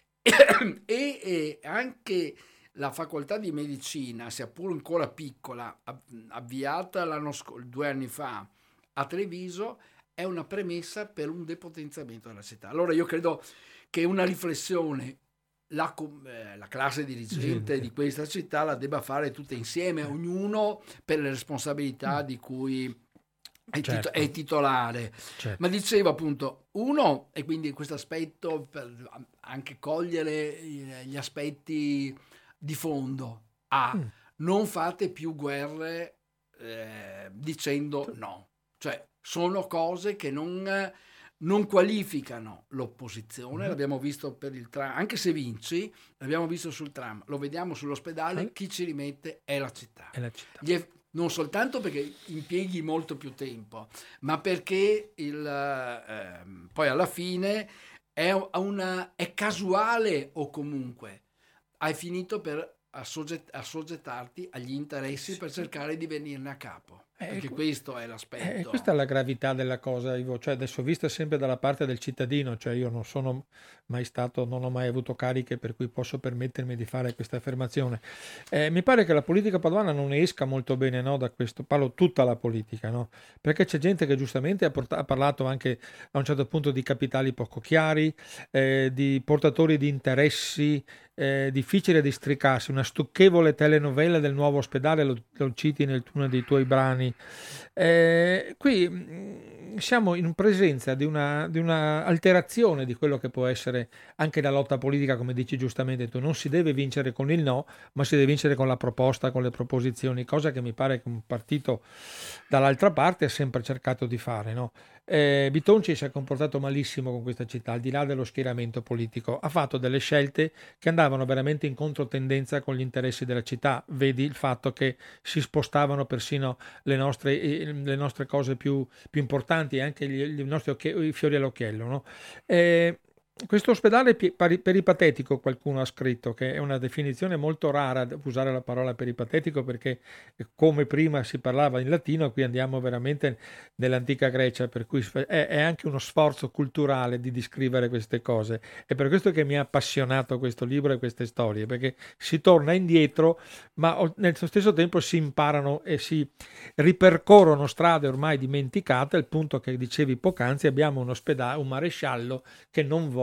e, e anche la facoltà di medicina, sia pur ancora piccola, avviata l'anno sc- due anni fa a Treviso, è una premessa per un depotenziamento della città. Allora io credo che una riflessione la, eh, la classe dirigente Gente. di questa città la debba fare tutta insieme, eh. ognuno per le responsabilità mm. di cui è, certo. tit- è titolare. Certo. Ma dicevo appunto, uno, e quindi questo aspetto per anche cogliere gli aspetti di fondo, a mm. non fate più guerre eh, dicendo no, cioè sono cose che non, non qualificano l'opposizione, mm. l'abbiamo visto per il tram, anche se vinci, l'abbiamo visto sul tram, lo vediamo sull'ospedale, mm. chi ci rimette è la città, è la città. Gli eff- non soltanto perché impieghi molto più tempo, ma perché il, eh, poi alla fine è, una, è casuale, o comunque hai finito per assogget- assoggettarti agli interessi sì. per cercare di venirne a capo. Eh, perché questo è l'aspetto. Eh, questa è la gravità della cosa, Ivo. Cioè, adesso vista sempre dalla parte del cittadino, cioè io non sono mai stato, non ho mai avuto cariche per cui posso permettermi di fare questa affermazione. Eh, mi pare che la politica padovana non ne esca molto bene, no, da questo, parlo tutta la politica, no? Perché c'è gente che giustamente ha, port- ha parlato anche a un certo punto di capitali poco chiari, eh, di portatori di interessi, Eh, difficile districarsi, una stucchevole telenovela del nuovo ospedale, lo, lo citi nel uno dei tuoi brani. Eh, qui mh, siamo in presenza di una, di una alterazione di quello che può essere anche la lotta politica, come dici giustamente tu. Non si deve vincere con il no, ma si deve vincere con la proposta, con le proposizioni, cosa che mi pare che un partito dall'altra parte ha sempre cercato di fare, no? Eh, Bitonci si è comportato malissimo con questa città, al di là dello schieramento politico, ha fatto delle scelte che andavano veramente in controtendenza con gli interessi della città. Vedi il fatto che si spostavano persino le nostre, le nostre cose più, più importanti, anche gli, i nostri occhi, i fiori all'occhiello, no? Eh, Questo ospedale peripatetico, qualcuno ha scritto, che è una definizione molto rara usare la parola peripatetico, perché come prima si parlava in latino, qui andiamo veramente nell'antica Grecia, per cui è, è anche uno sforzo culturale di descrivere queste cose. È per questo che mi ha appassionato questo libro e queste storie, perché si torna indietro, ma nel stesso tempo si imparano e si ripercorrono strade ormai dimenticate, al punto che dicevi poc'anzi abbiamo un ospedale, un maresciallo che non vuole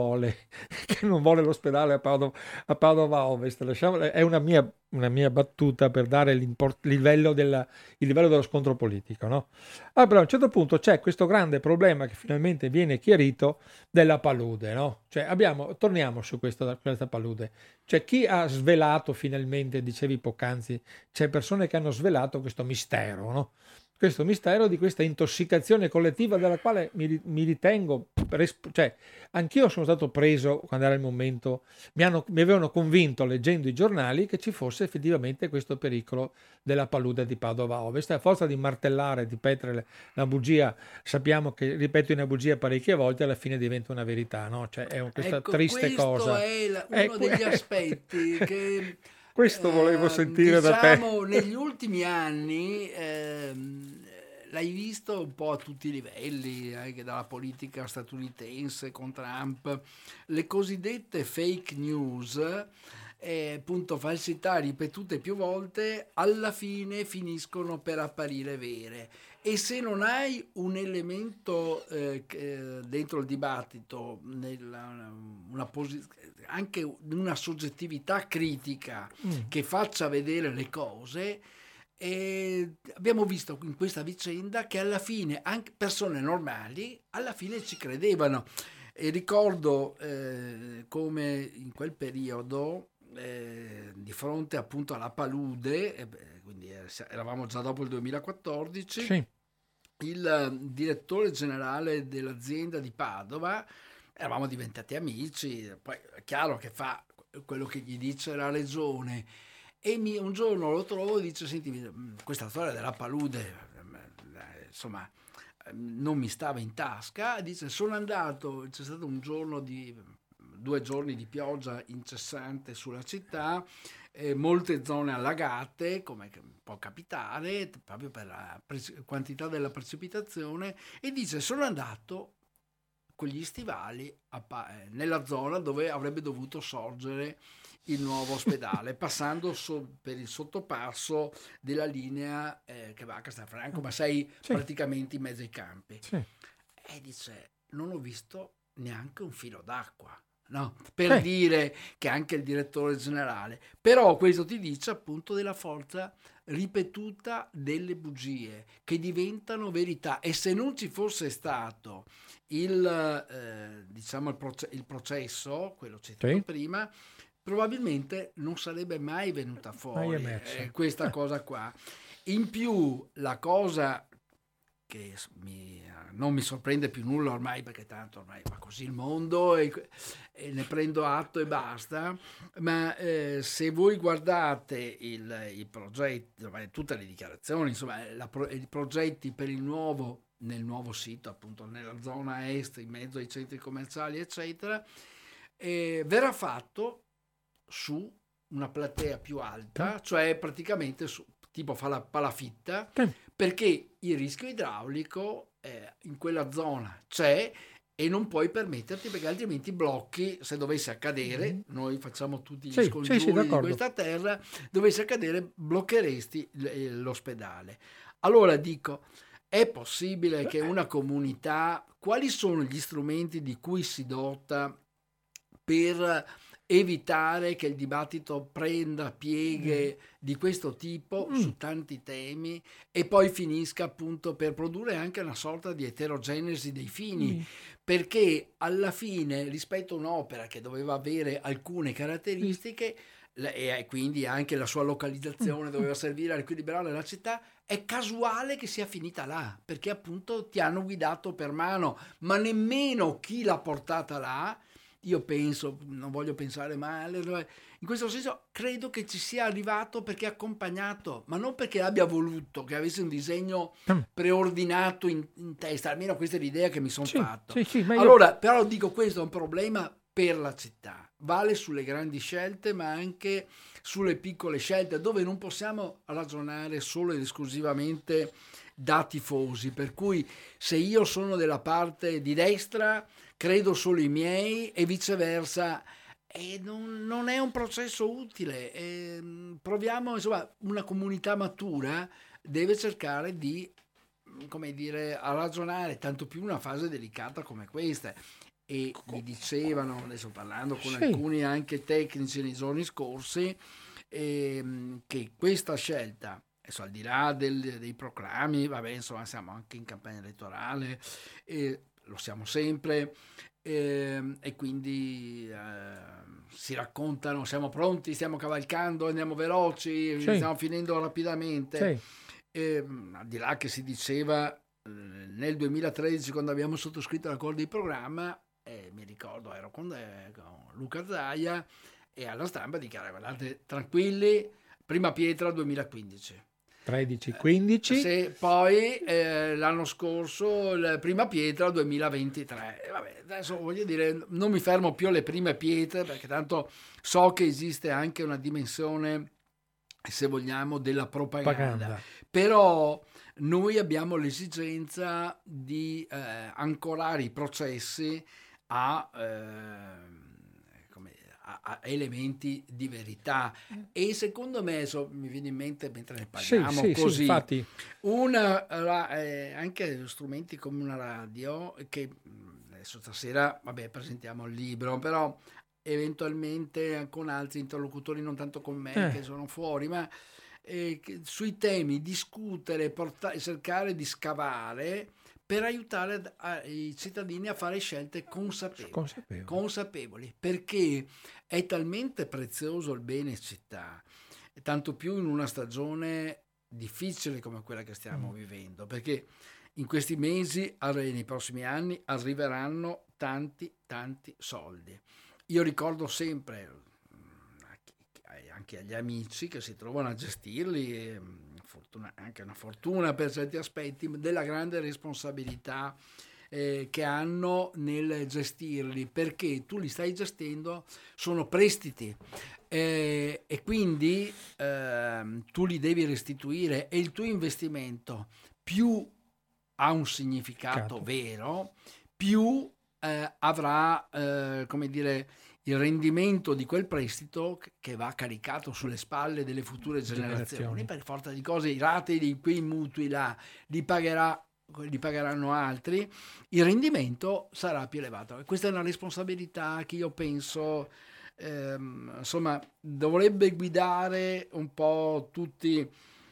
vuole, che non vuole l'ospedale a Padova, a Padova Ovest. Lasciamo, è una mia, una mia battuta per dare il livello, della, il livello dello scontro politico, no? Ah, però a un certo punto c'è questo grande problema che finalmente viene chiarito della palude, no? Cioè abbiamo, torniamo su questa, questa palude. Cioè chi ha svelato finalmente, dicevi poc'anzi, c'è persone che hanno svelato questo mistero, no? Questo mistero di questa intossicazione collettiva della quale mi, mi ritengo, cioè anch'io sono stato preso quando era il momento, mi, hanno, mi avevano convinto leggendo i giornali che ci fosse effettivamente questo pericolo della palude di Padova Ovest. A forza di martellare, di ripetere la bugia, sappiamo che ripeto una bugia parecchie volte, alla fine diventa una verità, no? Cioè è questa ecco, triste cosa. Questo è la, uno Ecco, degli aspetti che... Questo volevo eh, sentire diciamo, da te. Negli ultimi anni ehm, l'hai visto un po' a tutti i livelli, anche dalla politica statunitense con Trump, le cosiddette fake news, eh, appunto falsità ripetute più volte, alla fine finiscono per apparire vere. E se non hai un elemento eh, dentro il dibattito, nella, una posi- anche una soggettività critica mm. che faccia vedere le cose, e abbiamo visto in questa vicenda che alla fine anche persone normali alla fine ci credevano. E ricordo eh, come in quel periodo eh, di fronte appunto alla palude, eh, quindi eravamo già dopo il duemilaquattordici, sì. Il direttore generale dell'azienda di Padova, eravamo diventati amici, poi è chiaro che fa quello che gli dice la regione, e mi, un giorno lo trovo e dice: senti, questa storia della palude insomma non mi stava in tasca. Dice: sono andato, c'è stato un giorno di due giorni di pioggia incessante sulla città, eh, molte zone allagate, come può capitare proprio per la pre- quantità della precipitazione, e dice: sono andato con gli stivali a pa- eh, nella zona dove avrebbe dovuto sorgere il nuovo ospedale, passando so- per il sottopasso della linea eh, che va a Castelfranco, ma sei sì. praticamente in mezzo ai campi. Sì. E dice: non ho visto neanche un filo d'acqua. No, per eh. dire che anche il direttore generale, però questo ti dice appunto della forza ripetuta delle bugie che diventano verità. E se non ci fosse stato il eh, diciamo il, proce- il processo, quello citato sì. prima, probabilmente non sarebbe mai venuta fuori eh, questa eh. cosa qua. In più la cosa che mi, non mi sorprende più nulla ormai, perché tanto ormai va così il mondo e, e ne prendo atto e basta, ma eh, se voi guardate il, i progetti, tutte le dichiarazioni, insomma la, i progetti per il nuovo, nel nuovo sito appunto nella zona est, in mezzo ai centri commerciali eccetera, eh, verrà fatto su una platea più alta, cioè praticamente su, tipo fa la palafitta, perché il rischio idraulico eh, in quella zona c'è e non puoi permetterti, perché altrimenti blocchi, se dovesse accadere, mm-hmm. noi facciamo tutti gli sì, scongiuri sì, sì, di questa terra, dovesse accadere bloccheresti l'ospedale. Allora dico, è possibile che una comunità, quali sono gli strumenti di cui si dota per evitare che il dibattito prenda pieghe mm. di questo tipo mm. su tanti temi e poi finisca appunto per produrre anche una sorta di eterogenesi dei fini, mm. perché alla fine rispetto a un'opera che doveva avere alcune caratteristiche mm. e quindi anche la sua localizzazione mm. doveva servire a riequilibrare la città, è casuale che sia finita là, perché appunto ti hanno guidato per mano, ma nemmeno chi l'ha portata là. Io penso, non voglio pensare male, in questo senso credo che ci sia arrivato perché è accompagnato, ma non perché abbia voluto, che avesse un disegno preordinato in, in testa, almeno questa è l'idea che mi sono sì, fatto. Sì, sì, allora, io... però dico, questo è un problema per la città, vale sulle grandi scelte ma anche sulle piccole scelte, dove non possiamo ragionare solo ed esclusivamente da tifosi, per cui se io sono della parte di destra credo solo i miei e viceversa, e non, non è un processo utile. E proviamo, insomma, una comunità matura deve cercare di, come dire, a ragionare, tanto più in una fase delicata come questa. e mi dicevano, adesso parlando con Sì. alcuni anche tecnici nei giorni scorsi, ehm, che questa scelta, adesso al di là del- dei proclami, vabbè, insomma, siamo anche in campagna elettorale, e lo siamo sempre, ehm, e quindi ehm, si raccontano, siamo pronti, stiamo cavalcando, andiamo veloci, Sì. stiamo finendo rapidamente. Sì. Ehm, al di là che si diceva eh, nel duemilatredici, quando abbiamo sottoscritto l'accordo di programma, eh, mi ricordo ero con, eh, con Luca Zaia e alla stampa dichiara: guardate, tranquilli, prima pietra duemilaquindici. tredici quindici. Se poi eh, l'anno scorso la prima pietra duemilaventitré. E vabbè, adesso voglio dire, non mi fermo più alle prime pietre, perché tanto so che esiste anche una dimensione, se vogliamo, della propaganda. Propaganda. Però noi abbiamo l'esigenza di eh, ancorare i processi a, eh, come dire, a- a elementi di verità, e secondo me, so, mi viene in mente mentre ne Sì, parliamo sì, sì, così, infatti. una, ra- eh, anche strumenti come una radio, che mh, adesso stasera, vabbè, presentiamo il libro, però eventualmente con altri interlocutori, non tanto con me Eh. che sono fuori, ma eh, che sui temi discutere, porta- cercare di scavare per aiutare ad- a- i cittadini a fare scelte consapevoli, Consapevoli. consapevoli, perché è talmente prezioso il bene città, e tanto più in una stagione difficile come quella che stiamo Mm. vivendo, perché in questi mesi, arri- nei prossimi anni, arriveranno tanti, tanti soldi. Io ricordo sempre, mm, a chi- anche agli amici che si trovano a gestirli, e, mm, fortuna- anche una fortuna per certi aspetti, della grande responsabilità eh, che hanno nel gestirli, perché tu li stai gestendo, sono prestiti, eh, e quindi ehm, tu li devi restituire, e il tuo investimento più ha un significato Cato. vero, più eh, avrà, eh, come dire, il rendimento di quel prestito che- che va caricato sulle spalle delle future generazioni. Generazioni. Per forza di cose i rate di quei mutui là li pagherà, li pagheranno altri, il rendimento sarà più elevato. E questa è una responsabilità che io penso, ehm, insomma, dovrebbe guidare un po' tutti,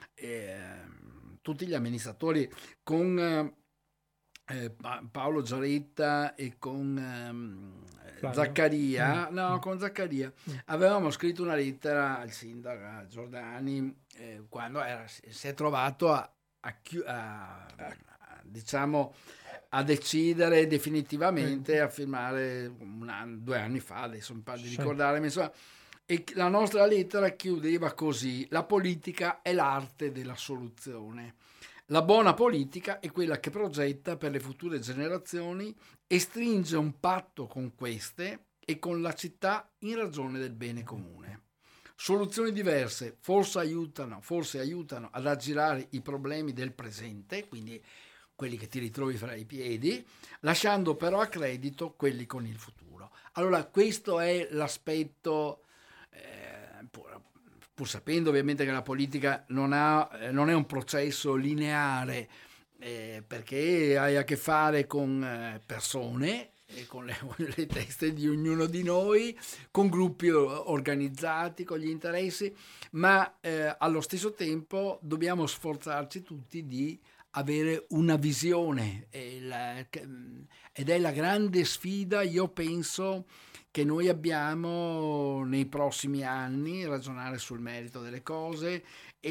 ehm, tutti gli amministratori, con eh, eh, Pa- Paolo Giaretta e con ehm, Flavio? Zaccaria, Mm. no, Mm. con Zaccaria, Mm. avevamo scritto una lettera al sindaco a Giordani, eh, quando era- si si è trovato a, a chi- a- a- diciamo, a decidere definitivamente, a firmare un anno, due anni fa, adesso mi pare di Sì. ricordarmi, insomma, e la nostra lettera chiudeva così: la politica è l'arte della soluzione. La buona politica è quella che progetta per le future generazioni e stringe un patto con queste e con la città in ragione del bene comune. Soluzioni diverse forse aiutano, forse aiutano ad aggirare i problemi del presente, quindi quelli che ti ritrovi fra i piedi, lasciando però a credito quelli con il futuro. Allora, questo è l'aspetto, eh, pur, pur sapendo ovviamente che la politica non, ha, eh, non è un processo lineare, eh, perché hai a che fare con eh, persone, e con le, le teste di ognuno di noi, con gruppi organizzati, con gli interessi, ma eh, allo stesso tempo dobbiamo sforzarci tutti di avere una visione, e la- ed è la grande sfida, io penso, che noi abbiamo nei prossimi anni, ragionare sul merito delle cose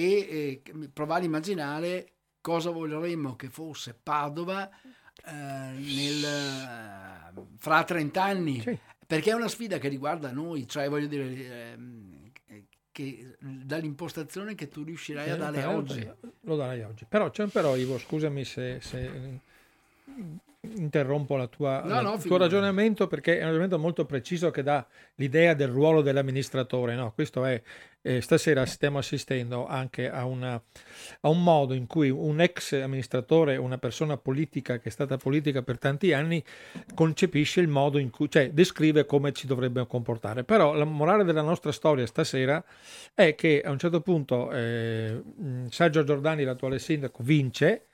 e eh, provare a immaginare cosa vorremmo che fosse Padova eh, nel, eh, fra trenta anni, Sì. perché è una sfida che riguarda noi, cioè voglio dire, ehm, che dall'impostazione che tu riuscirai Sì, a dare però- oggi. Lo darai oggi. Però c'è un però, Ivo, scusami se, se, eh, interrompo la tua, No, la- no, il tuo figurati. ragionamento, perché è un ragionamento molto preciso che dà l'idea del ruolo dell'amministratore. No? Questo è, eh, stasera stiamo assistendo anche a, una, a un modo in cui un ex amministratore, una persona politica che è stata politica per tanti anni, concepisce il modo in cui, cioè descrive come ci dovremmo comportare. Però la morale della nostra storia stasera è che a un certo punto eh, mh, Sergio Giordani, l'attuale sindaco, vince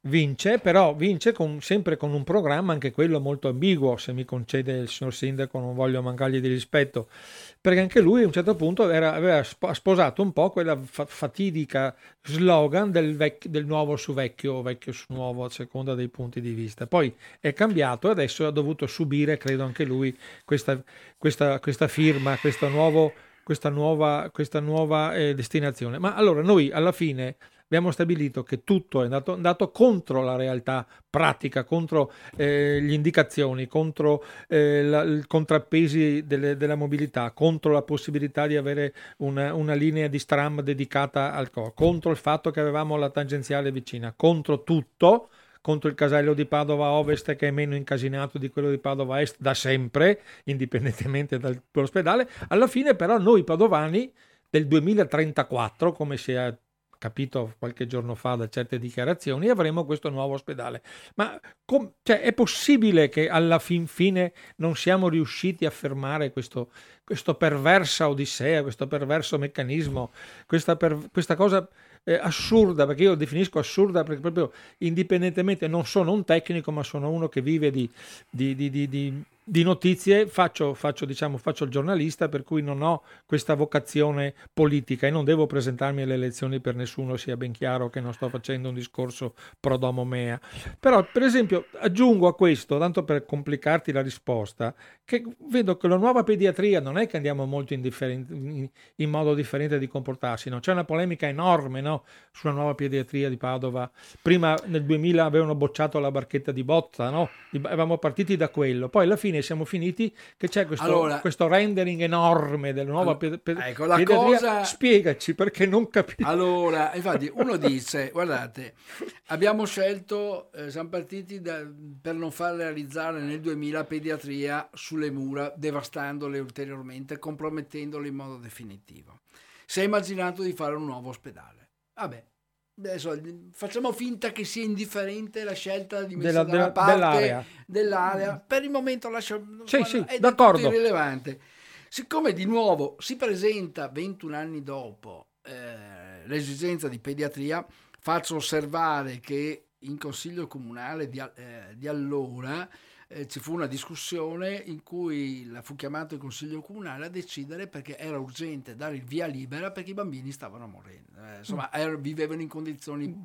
vince, però vince con, sempre con un programma anche quello molto ambiguo, se mi concede il signor Sindaco, non voglio mancargli di rispetto, perché anche lui a un certo punto era, aveva sposato un po' quella fa- fatidica slogan del, vec- del nuovo su vecchio o vecchio su nuovo a seconda dei punti di vista. Poi è cambiato e adesso ha dovuto subire, credo anche lui, questa, questa, questa firma, questo nuovo, questa nuova, questa nuova eh, destinazione. Ma allora noi alla fine abbiamo stabilito che tutto è andato, andato contro la realtà pratica, contro eh, le indicazioni, contro eh, la, i contrappesi delle, della mobilità, contro la possibilità di avere una, una linea di tram dedicata al co, contro il fatto che avevamo la tangenziale vicina, contro tutto, contro il casello di Padova Ovest che è meno incasinato di quello di Padova Est da sempre, indipendentemente dall'ospedale. Alla fine però noi padovani del duemilatrentaquattro, come si è capito qualche giorno fa da certe dichiarazioni, avremo questo nuovo ospedale. Ma com- cioè, è possibile che alla fin fine non siamo riusciti a fermare questo, questo perversa odissea, questo perverso meccanismo, questa, per, questa cosa eh, assurda, perché io lo definisco assurda perché proprio indipendentemente, non sono un tecnico, ma sono uno che vive di, di, di, di, di di notizie, faccio, faccio, diciamo, faccio il giornalista, per cui non ho questa vocazione politica e non devo presentarmi alle elezioni per nessuno, sia ben chiaro che non sto facendo un discorso pro domo mea. Però, per esempio, aggiungo a questo, tanto per complicarti la risposta, che vedo che la nuova pediatria non è che andiamo molto in, in, in modo differente di comportarsi, no? C'è una polemica enorme, no? Sulla nuova pediatria di Padova. Prima nel duemila avevano bocciato la barchetta di Botta, no? Avevamo partiti da quello, poi alla fine siamo finiti che c'è questo, allora, questo rendering enorme della nuova allora, pe- pe- ecco, la pediatria. cosa... Spiegaci, perché non capisco. Allora, infatti uno dice, guardate, abbiamo scelto, eh, siamo partiti da, per non far realizzare nel duemila pediatria sulle mura, devastandole ulteriormente, compromettendole in modo definitivo. Si è immaginato di fare un nuovo ospedale. Vabbè. Adesso facciamo finta che sia indifferente la scelta di messa della, da della, parte dell'area. dell'area. Per il momento lascio, sì, sì, è d'accordo. tutto irrilevante. Siccome di nuovo si presenta ventuno anni dopo eh, l'esigenza di pediatria, faccio osservare che in consiglio comunale di, eh, di allora eh, ci fu una discussione in cui la fu chiamato il consiglio comunale a decidere, perché era urgente dare il via libera perché i bambini stavano morendo, eh, insomma er, vivevano in condizioni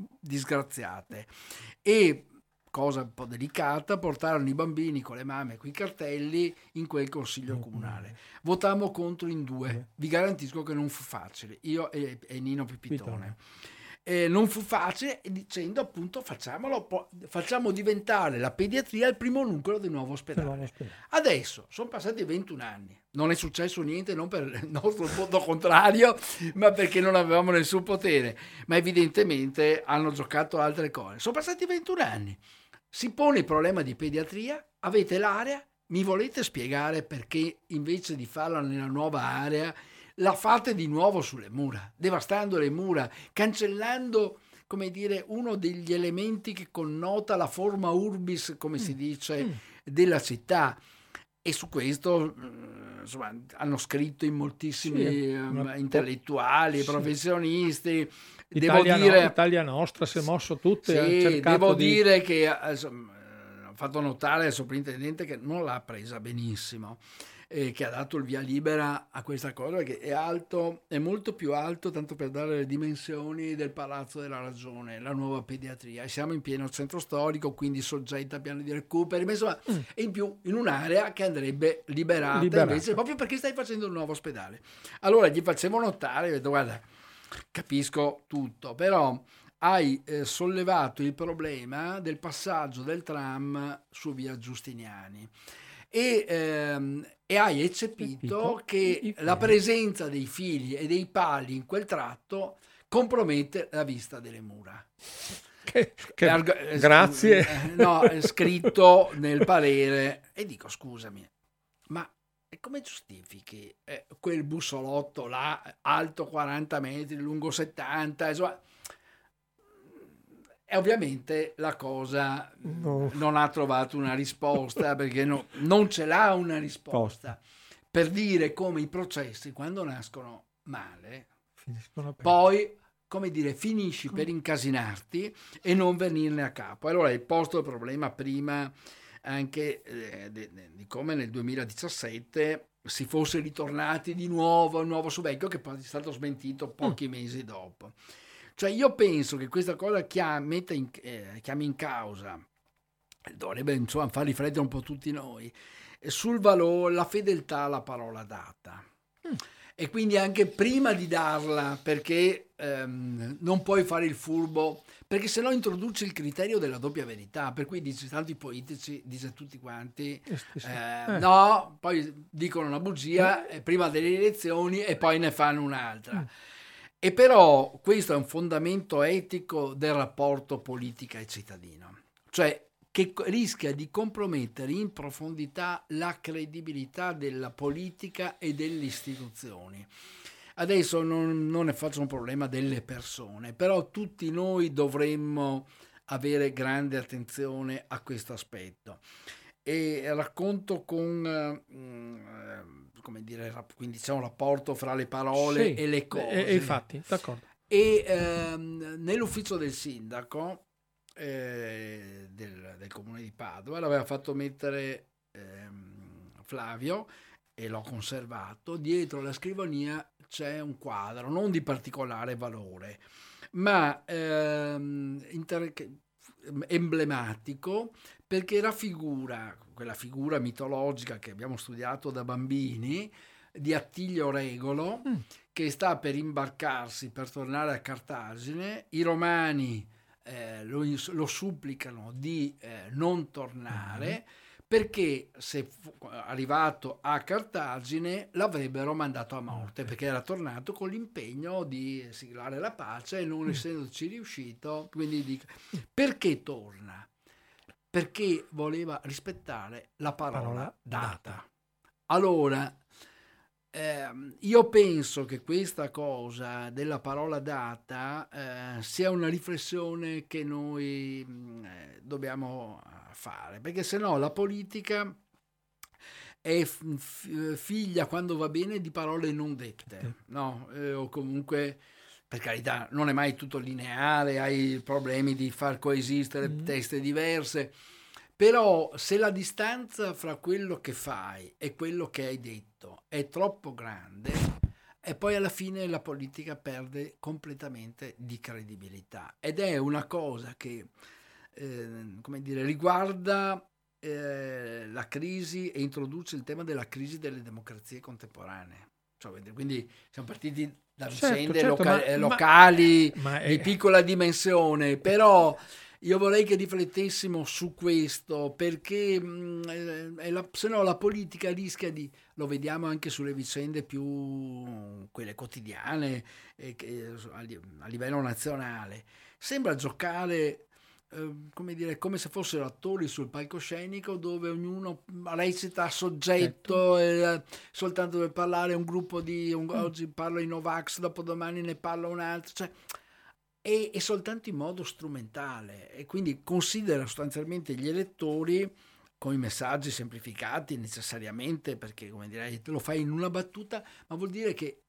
disgraziate e, cosa un po' delicata, portarono i bambini con le mamme e con i cartelli in quel consiglio comunale. Votammo contro in due, vi garantisco che non fu facile, io e, e Nino Pipitone. Eh, non fu facile, dicendo appunto facciamolo, facciamo diventare la pediatria il primo nucleo del nuovo ospedale. Adesso sono passati ventuno anni, non è successo niente, non per il nostro voto contrario, ma perché non avevamo nessun potere, ma evidentemente hanno giocato altre cose. Sono passati ventuno anni, si pone il problema di pediatria, avete l'area, mi volete spiegare perché invece di farla nella nuova area la fate di nuovo sulle mura, devastando le mura, cancellando, come dire, uno degli elementi che connota la forma urbis, come si dice, mm. della città. E su questo insomma, hanno scritto in moltissimi sì, um, intellettuali, sì. professionisti. Italia, devo dire, no, Italia nostra si è mosso tutte. Sì, devo di... dire che insomma, ho fatto notare al sovrintendente che non l'ha presa benissimo. Eh, che ha dato il via libera a questa cosa, che è alto, è molto più alto, tanto per dare le dimensioni del Palazzo della Ragione, la nuova pediatria, e siamo in pieno centro storico, quindi soggetta a piani di recupero, ma insomma mm. e in più in un'area che andrebbe liberata, liberata invece, proprio perché stai facendo un nuovo ospedale. Allora gli facevo notare, ho detto guarda, capisco tutto, però hai eh, sollevato il problema del passaggio del tram su via Giustiniani e, ehm, e hai eccepito che la presenza dei fili e dei pali in quel tratto compromette la vista delle mura. Che, che, Arg- grazie. Eh, no, è scritto nel parere e dico scusami, ma come giustifichi eh, quel bussolotto là alto quaranta metri, lungo settanta, insomma. E ovviamente la cosa no. non ha trovato una risposta, perché no, non ce l'ha una risposta, per dire come i processi quando nascono male, poi come dire, finisci per incasinarti e non venirne a capo. Allora hai posto il problema prima anche eh, di, di come nel duemiladiciassette si fosse ritornati di nuovo, nuovo su vecchio, che poi è stato smentito pochi mm. mesi dopo. Cioè io penso che questa cosa chiami in, eh, chiami in causa, dovrebbe insomma far riflettere un po' tutti noi, sul valore, la fedeltà alla parola data. Mm. E quindi anche prima di darla, perché ehm, non puoi fare il furbo, perché se no introduci il criterio della doppia verità, per cui dici, tanto i politici, dice tutti quanti, eh, eh. no, poi dicono una bugia eh. prima delle elezioni e poi ne fanno un'altra. Mm. E però questo è un fondamento etico del rapporto politica e cittadino, cioè che rischia di compromettere in profondità la credibilità della politica e delle istituzioni. Adesso non, non ne faccio un problema delle persone, però tutti noi dovremmo avere grande attenzione a questo aspetto. E racconto con, eh, come dire, quindi c'è un rapporto fra le parole sì, e le cose. E, e infatti, d'accordo. E ehm, nell'ufficio del sindaco Eh, del, del comune di Padova l'aveva fatto mettere ehm, Flavio e l'ho conservato. Dietro la scrivania c'è un quadro non di particolare valore ma ehm, inter- emblematico, perché raffigura quella figura mitologica che abbiamo studiato da bambini di Attilio Regolo mm. che sta per imbarcarsi per tornare a Cartagine. I romani Eh, lo, lo supplicano di eh, non tornare uh-huh. perché se fu, arrivato a Cartagine l'avrebbero mandato a morte, perché era tornato con l'impegno di siglare la pace e non uh-huh. essendoci riuscito, quindi dico, perché torna? Perché voleva rispettare la parola, parola data. data. Allora Eh, io penso che questa cosa della parola data eh, sia una riflessione che noi eh, dobbiamo fare, perché se no la politica è f- figlia, quando va bene, di parole non dette, no? Eh, o comunque, per carità, non è mai tutto lineare, hai problemi di far coesistere mm-hmm. teste diverse. Però se la distanza fra quello che fai e quello che hai detto è troppo grande, e poi alla fine la politica perde completamente di credibilità. Ed è una cosa che eh, come dire, riguarda eh, la crisi e introduce il tema della crisi delle democrazie contemporanee. Cioè, quindi siamo partiti da vicende certo, certo, loca- ma, locali ma, è... di piccola dimensione, però... Io vorrei che riflettessimo su questo, perché mh, è la, se no la politica rischia di, lo vediamo anche sulle vicende più quelle quotidiane eh, che, a, a livello nazionale, sembra giocare eh, come dire, come se fossero attori sul palcoscenico dove ognuno recita a soggetto eh, soltanto per parlare un gruppo di un, mm. oggi parlo i Novax, dopodomani ne parla un altro, cioè E, e soltanto in modo strumentale, e quindi considera sostanzialmente gli elettori con i messaggi semplificati necessariamente, perché come direi lo fai in una battuta, ma vuol dire che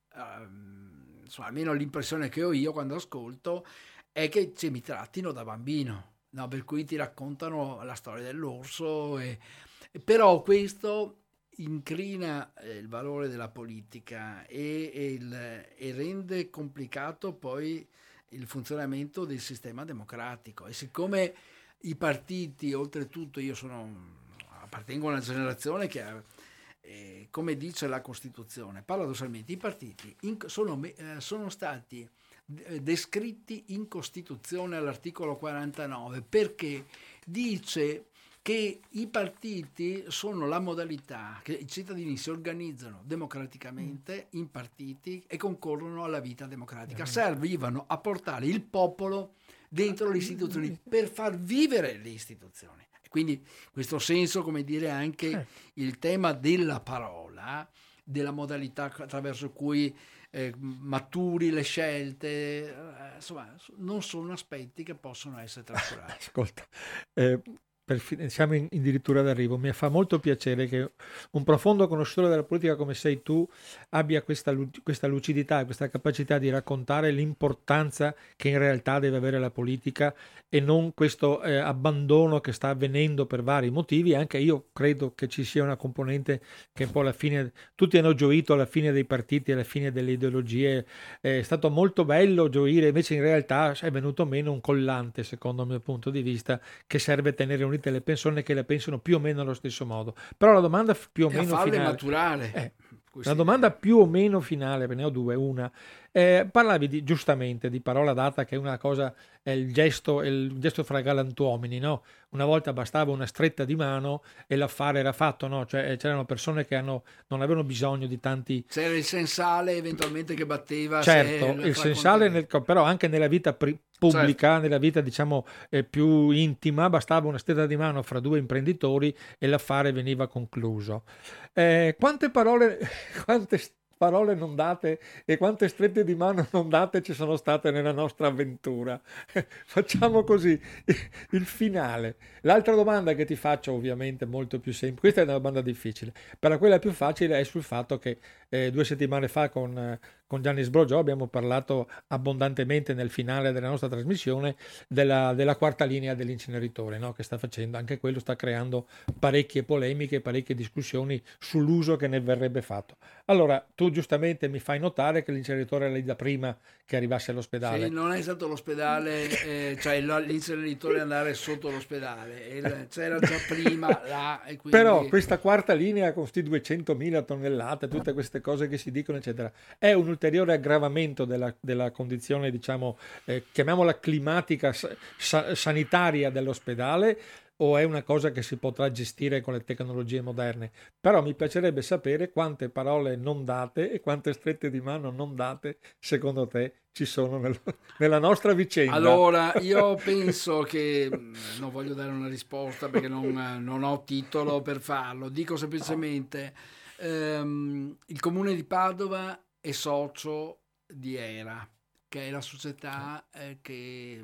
uh, insomma, almeno l'impressione che ho io quando ascolto è che cioè, mi trattino da bambino, no? Per cui ti raccontano la storia dell'orso e, e però questo incrina eh, il valore della politica e, e, il, e rende complicato poi il funzionamento del sistema democratico. E siccome i partiti, oltretutto io sono appartengo a una generazione che ha, eh, come dice la Costituzione, paradossalmente i partiti in, sono, eh, sono stati descritti in Costituzione all'articolo quarantanove, perché dice che i partiti sono la modalità che i cittadini si organizzano democraticamente in partiti e concorrono alla vita democratica. Servivano a portare il popolo dentro le istituzioni per far vivere le istituzioni. E quindi in questo senso, come dire, anche il tema della parola, della modalità attraverso cui eh, maturi le scelte, eh, insomma, non sono aspetti che possono essere trascurati. Ascolta, eh, per, siamo in, addirittura d'arrivo. Mi fa molto piacere che un profondo conoscitore della politica come sei tu abbia questa, questa lucidità e questa capacità di raccontare l'importanza che in realtà deve avere la politica e non questo eh, abbandono che sta avvenendo per vari motivi. Anche io credo che ci sia una componente che un po' alla fine tutti hanno gioito alla fine dei partiti, alla fine delle ideologie. È stato molto bello gioire, invece in realtà è venuto meno un collante, secondo il mio punto di vista, che serve tenere unite le persone che le pensano più o meno allo stesso modo. Però la domanda più o e meno a farle finale, maturare. Eh, la domanda più o meno finale, ne ho due, una. Eh, parlavi di, giustamente di parola data, che è una cosa, è il gesto, è il gesto fra galantuomini, no? Una volta bastava una stretta di mano e l'affare era fatto, no? Cioè c'erano persone che hanno, non avevano bisogno di tanti... C'era il sensale eventualmente che batteva. Certo, il sensale, nel, però anche nella vita pri- pubblica, certo. Nella vita diciamo eh, più intima, bastava una stretta di mano fra due imprenditori e l'affare veniva concluso. Eh, quante parole, quante parole non date e quante strette di mano non date ci sono state nella nostra avventura. Facciamo così, il finale. L'altra domanda che ti faccio, ovviamente molto più semplice, questa è una domanda difficile, però quella più facile è sul fatto che eh, due settimane fa con, eh, con Gianni Sbrogio abbiamo parlato abbondantemente nel finale della nostra trasmissione della, della quarta linea dell'inceneritore, no? Che sta facendo, anche quello sta creando parecchie polemiche, parecchie discussioni sull'uso che ne verrebbe fatto. Allora, tu giustamente mi fai notare che l'inceneritore era lì da prima che arrivasse all'ospedale. Sì, non è stato l'ospedale, eh, cioè l'inceneritore andare sotto l'ospedale, il, c'era già prima là. E quindi... Però questa quarta linea con questi duecentomila tonnellate, tutte queste cose che si dicono, eccetera, è un ulteriore aggravamento della, della condizione, diciamo, eh, chiamiamola climatica, sa- sanitaria dell'ospedale, o è una cosa che si potrà gestire con le tecnologie moderne? Però mi piacerebbe sapere quante parole non date e quante strette di mano non date secondo te ci sono nel, nella nostra vicenda. Allora, io penso che non voglio dare una risposta perché non, non ho titolo per farlo, dico semplicemente ehm, il comune di Padova è socio di ERA, che è la società eh, che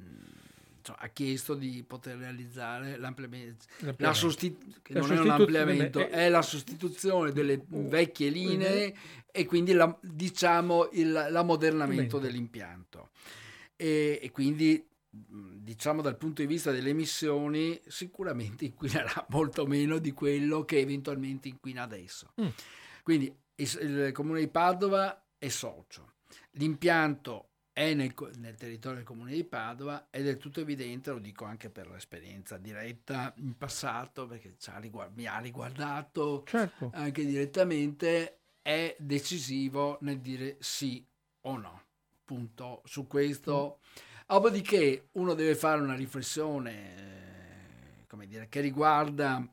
cioè, ha chiesto di poter realizzare l'ampliamento, l'ampliamento. La sostitu- che la non è un ampliamento, è, è la sostituzione delle vecchie linee e quindi la, diciamo il, l'ammodernamento dell'impianto e, e quindi diciamo dal punto di vista delle emissioni sicuramente inquinerà molto meno di quello che eventualmente inquina adesso. Mm. Quindi il, il comune di Padova è socio, l'impianto è nel, nel territorio del comune di Padova, è del tutto evidente, lo dico anche per l'esperienza diretta in passato, perché ci ha riguard- mi ha riguardato certo. Anche direttamente, è decisivo nel dire sì o no, punto, su questo. Mm. Dopodiché uno deve fare una riflessione, eh, come dire, che riguarda,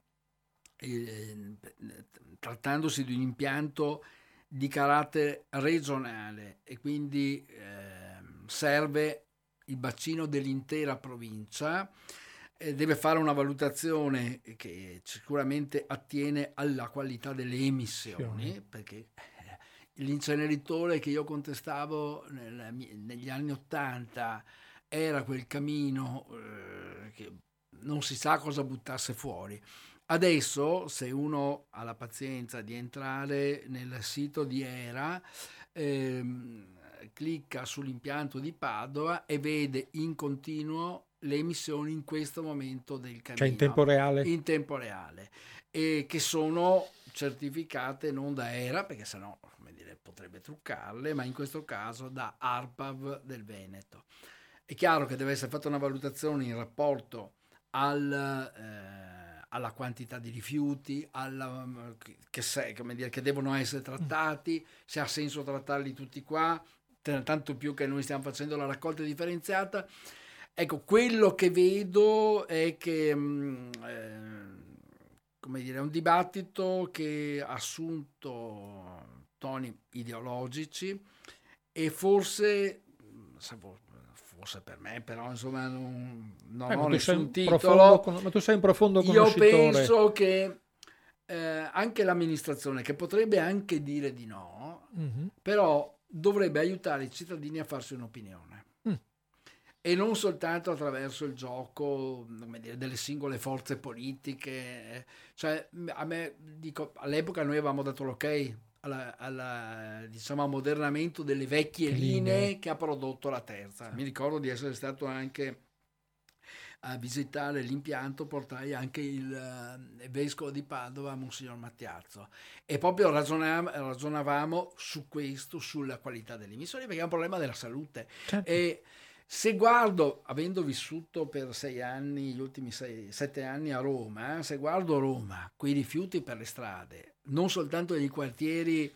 eh, trattandosi di un impianto di carattere regionale e quindi eh, serve il bacino dell'intera provincia, eh, deve fare una valutazione che sicuramente attiene alla qualità delle emissioni, sì. Perché eh, l'inceneritore che io contestavo nel, negli anni ottanta era quel camino eh, che non si sa cosa buttasse fuori. Adesso, se uno ha la pazienza di entrare nel sito di ERA, ehm, clicca sull'impianto di Padova e vede in continuo le emissioni in questo momento del cammino. Cioè in tempo reale? In tempo reale. E che sono certificate non da ERA, perché sennò, come dire, potrebbe truccarle, ma in questo caso da ARPAV del Veneto. È chiaro che deve essere fatta una valutazione in rapporto al... Eh, alla quantità di rifiuti, alla, che, se, come dire, che devono essere trattati, se ha senso trattarli tutti qua, tanto più che noi stiamo facendo la raccolta differenziata. Ecco, quello che vedo è che mh, eh, come dire, è un dibattito che ha assunto toni ideologici e forse forse per me, però insomma non, non eh, ho nessun titolo. Con, ma tu sei un profondo conoscitore. Io penso che eh, anche l'amministrazione, che potrebbe anche dire di no, mm-hmm. però dovrebbe aiutare i cittadini a farsi un'opinione. Mm. e non soltanto attraverso il gioco, come dire, delle singole forze politiche. Cioè, a me, dico, all'epoca noi avevamo dato l'ok alla, alla, diciamo, ammodernamento delle vecchie linee, linee che ha prodotto la terza. Sì. Mi ricordo di essere stato anche a visitare l'impianto, portai anche il, uh, il vescovo di Padova, Monsignor Mattiazzo, e proprio ragionav- ragionavamo su questo, sulla qualità delle emissioni, perché è un problema della salute. Certo. E se guardo, avendo vissuto per sei anni, gli ultimi sei, sette anni a Roma, se guardo Roma, quei rifiuti per le strade, non soltanto negli quartieri,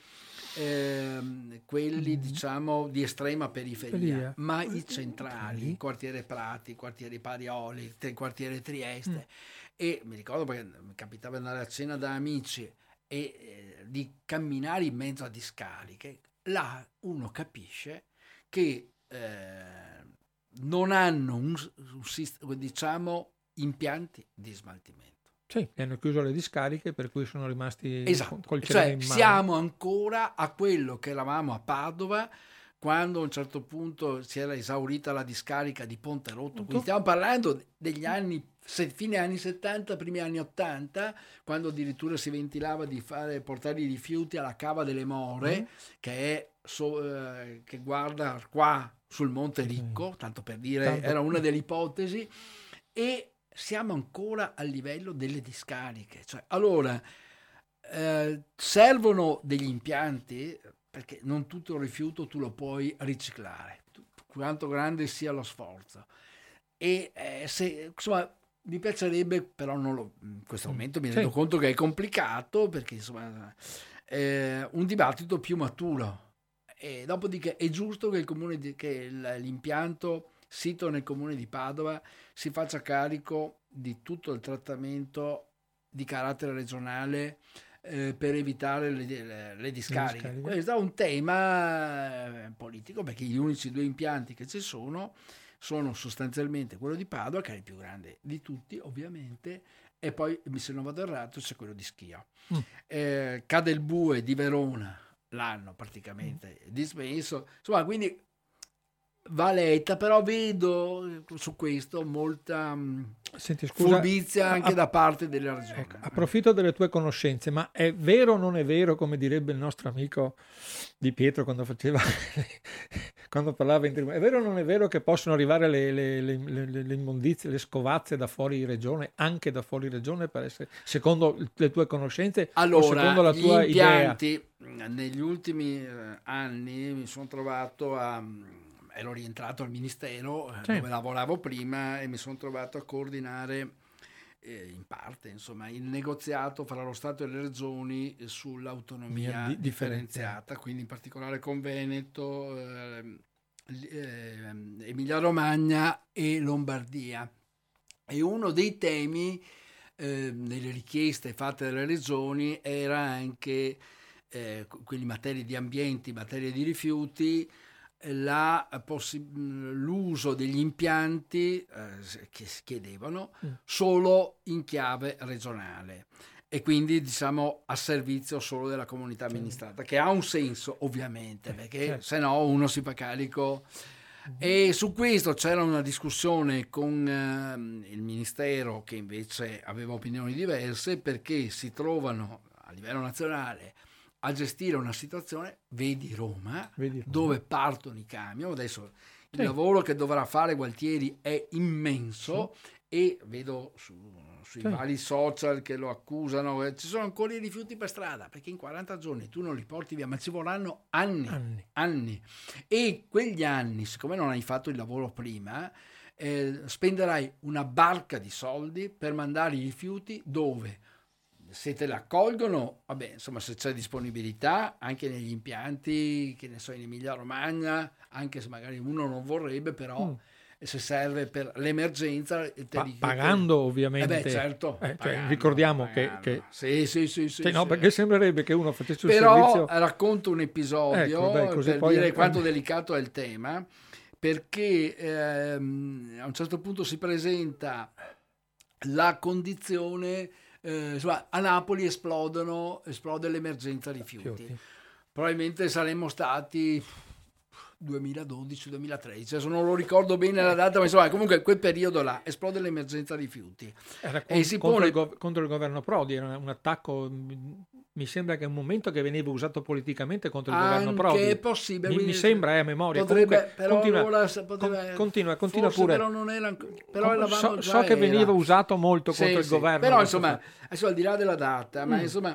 ehm, quelli mm. diciamo di estrema periferia, Periferia. ma i centrali, il quartiere Prati, il quartiere Parioli, il quartiere Trieste, mm. e mi ricordo perché mi capitava di andare a cena da amici e eh, di camminare in mezzo a discariche, là uno capisce che eh, non hanno un, un, diciamo impianti di smaltimento. Sì, hanno chiuso le discariche, per cui sono rimasti esatto. col cioè, in mano. Siamo ancora a quello che eravamo a Padova quando a un certo punto si era esaurita la discarica di Ponte Rotto. Quindi stiamo parlando degli anni, fine anni settanta, primi anni ottanta, quando addirittura si ventilava di fare portare i rifiuti alla Cava delle More, mm. che è so, eh, che guarda qua sul Monte Ricco, tanto per dire, tanto. Era una delle ipotesi, e siamo ancora a livello delle discariche. Cioè, allora, eh, servono degli impianti, perché non tutto il rifiuto tu lo puoi riciclare, quanto grande sia lo sforzo. E eh, se, insomma, mi piacerebbe, però non lo, in questo momento mi rendo sì. conto che è complicato, perché insomma, eh, un dibattito più maturo. E dopodiché è giusto che il comune di, che l'impianto sito nel comune di Padova si faccia carico di tutto il trattamento di carattere regionale eh, per evitare le, le, le discariche. discariche. Questo è un tema eh, politico, perché gli unici due impianti che ci sono sono sostanzialmente quello di Padova, che è il più grande di tutti ovviamente, e poi, se non vado errato, c'è quello di Schio. Mm. Eh, Cadelbue di Verona l'hanno praticamente mm. dismesso, insomma, quindi va letta, però vedo su questo molta Senti, scusa, furbizia anche a, da parte delle regioni. Ecco, approfitto delle tue conoscenze, ma è vero o non è vero, come direbbe il nostro amico Di Pietro quando faceva quando parlava in tribuna, è vero o non è vero che possono arrivare le, le, le, le, le immondizie, le scovazze da fuori regione, anche da fuori regione, per essere, secondo le tue conoscenze, allora, o secondo la tua gli impianti, idea? Negli ultimi anni mi sono trovato a ero rientrato al ministero sì. dove lavoravo prima, e mi sono trovato a coordinare eh, in parte insomma il negoziato fra lo Stato e le regioni sull'autonomia di, differenziata, quindi in particolare con Veneto, eh, eh, Emilia Romagna e Lombardia. E uno dei temi eh, nelle richieste fatte dalle regioni era anche eh, quelli in materia di ambiente, in materia di rifiuti, La, possi- l'uso degli impianti eh, che si chiedevano mm. solo in chiave regionale, e quindi diciamo a servizio solo della comunità amministrata, che ha un senso ovviamente, eh, perché certo. se no uno si fa carico. Mm. E su questo c'era una discussione con eh, il ministero, che invece aveva opinioni diverse, perché si trovano a livello nazionale a gestire una situazione, vedi Roma, vedi Roma, dove partono i camion. Adesso il sì. lavoro che dovrà fare Gualtieri è immenso, sì. e vedo su, sui sì. vari social che lo accusano, eh, ci sono ancora i rifiuti per strada, perché in quaranta giorni tu non li porti via, ma ci vorranno anni, anni, anni. E quegli anni, siccome non hai fatto il lavoro prima, eh, spenderai una barca di soldi per mandare i rifiuti dove? Se te la accolgono, vabbè, insomma, se c'è disponibilità anche negli impianti, che ne so, in Emilia Romagna, anche se magari uno non vorrebbe, però mm. se serve per l'emergenza, te pa- li, pagando te... ovviamente. Eh beh, certo, eh, pagando, cioè, ricordiamo pagando. che, che... Sì, sì, sì, sì, cioè, no, sì. perché sembrerebbe che uno facesse un però, servizio. Però racconto un episodio, ecco, dai, per poi... dire quanto delicato è il tema, perché ehm, a un certo punto si presenta la condizione. Eh, insomma, a Napoli esplodono, esplode l'emergenza rifiuti. Fiuti. Probabilmente saremmo stati duemiladodici duemilatredici, adesso non lo ricordo bene la data, ma insomma comunque quel periodo là esplode l'emergenza rifiuti. Era con, e si contro, pone... il go- contro il governo Prodi, era un attacco, mi sembra che è un momento che veniva usato politicamente contro il Anche governo Prodi. è possibile. Mi, mi sembra, eh, a memoria. Potrebbe, Comunque, però continua, allora poteva, con, continua, continua forse pure. Però non era, però so, già so che era. veniva usato molto sì, contro sì. il governo. Però insomma, adesso al di là della data, Mm. ma insomma...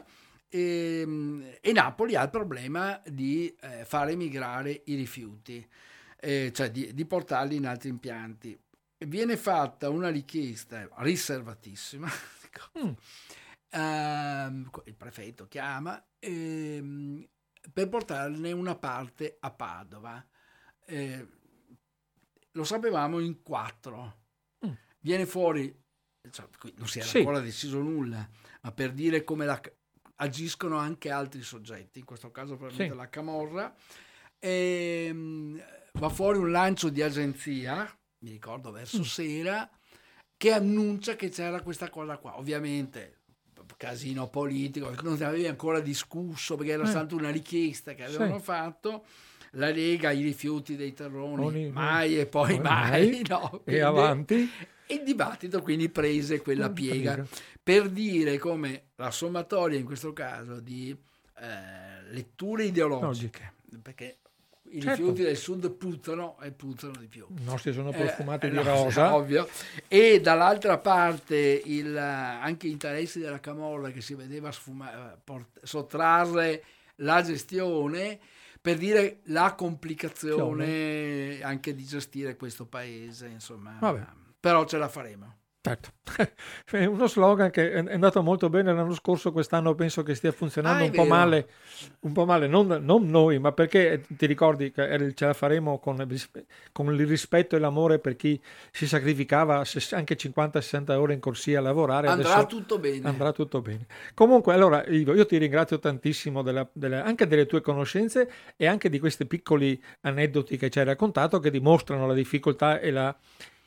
E, e Napoli ha il problema di eh, far emigrare i rifiuti, eh, cioè di, di portarli in altri impianti. Viene fatta una richiesta riservatissima, mm. ehm, il prefetto chiama ehm, per portarne una parte a Padova. Eh, lo sapevamo in quattro. Mm. Viene fuori, cioè, non si era sì. ancora deciso nulla, ma per dire come la, agiscono anche altri soggetti, in questo caso probabilmente sì. la Camorra, e, um, va fuori un lancio di agenzia, mi ricordo verso mm. sera, che annuncia che c'era questa cosa qua. Ovviamente casino politico, non avevi ancora discusso perché era eh. stata una richiesta che avevano sì. fatto. La Lega, i rifiuti dei terroni, Oni, mai e poi mai, mai no, e avanti. Il dibattito quindi prese quella piega, piega per dire come la sommatoria in questo caso di eh, letture ideologiche, no. perché i certo. rifiuti del sud puzzano e puzzano di più. I nostri sono profumati eh, di no, rosa. Ovvio. E dall'altra parte il, anche gli interessi della Camorra che si vedeva sfuma, port, sottrarre la gestione, per dire la complicazione Fione. anche di gestire questo paese, insomma. Vabbè. Però ce la faremo. Certo, è uno slogan che è andato molto bene l'anno scorso, quest'anno penso che stia funzionando ah, un, po male, un po' male, non, non noi, ma perché ti ricordi che ce la faremo con, con il rispetto e l'amore per chi si sacrificava anche cinquanta sessanta ore in corsia a lavorare. Andrà Adesso tutto bene. Andrà tutto bene. Comunque, allora, Ivo, io ti ringrazio tantissimo della, della, anche delle tue conoscenze e anche di questi piccoli aneddoti che ci hai raccontato che dimostrano la difficoltà e la...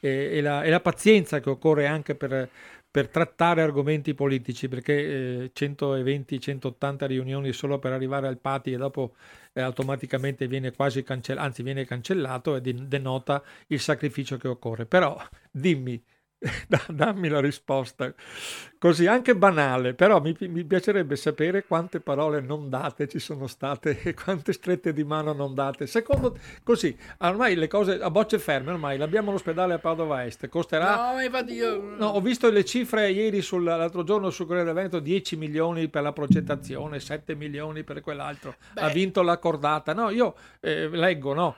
E la, e la pazienza che occorre anche per, per trattare argomenti politici, perché eh, centoventi centottanta riunioni solo per arrivare al Pati e dopo eh, automaticamente viene quasi cancellato, anzi viene cancellato e denota il sacrificio che occorre. Però dimmi, dammi la risposta, così anche banale, però mi, mi piacerebbe sapere quante parole non date ci sono state e quante strette di mano non date. Secondo così, ormai le cose a bocce ferme, ormai l'abbiamo all'ospedale a Padova Est, costerà... No, infatti io... No, ho visto le cifre ieri, sul, l'altro giorno sul Corriere del Veneto, dieci milioni per la progettazione, sette milioni per quell'altro, Beh. ha vinto la cordata. No, io eh, leggo, no,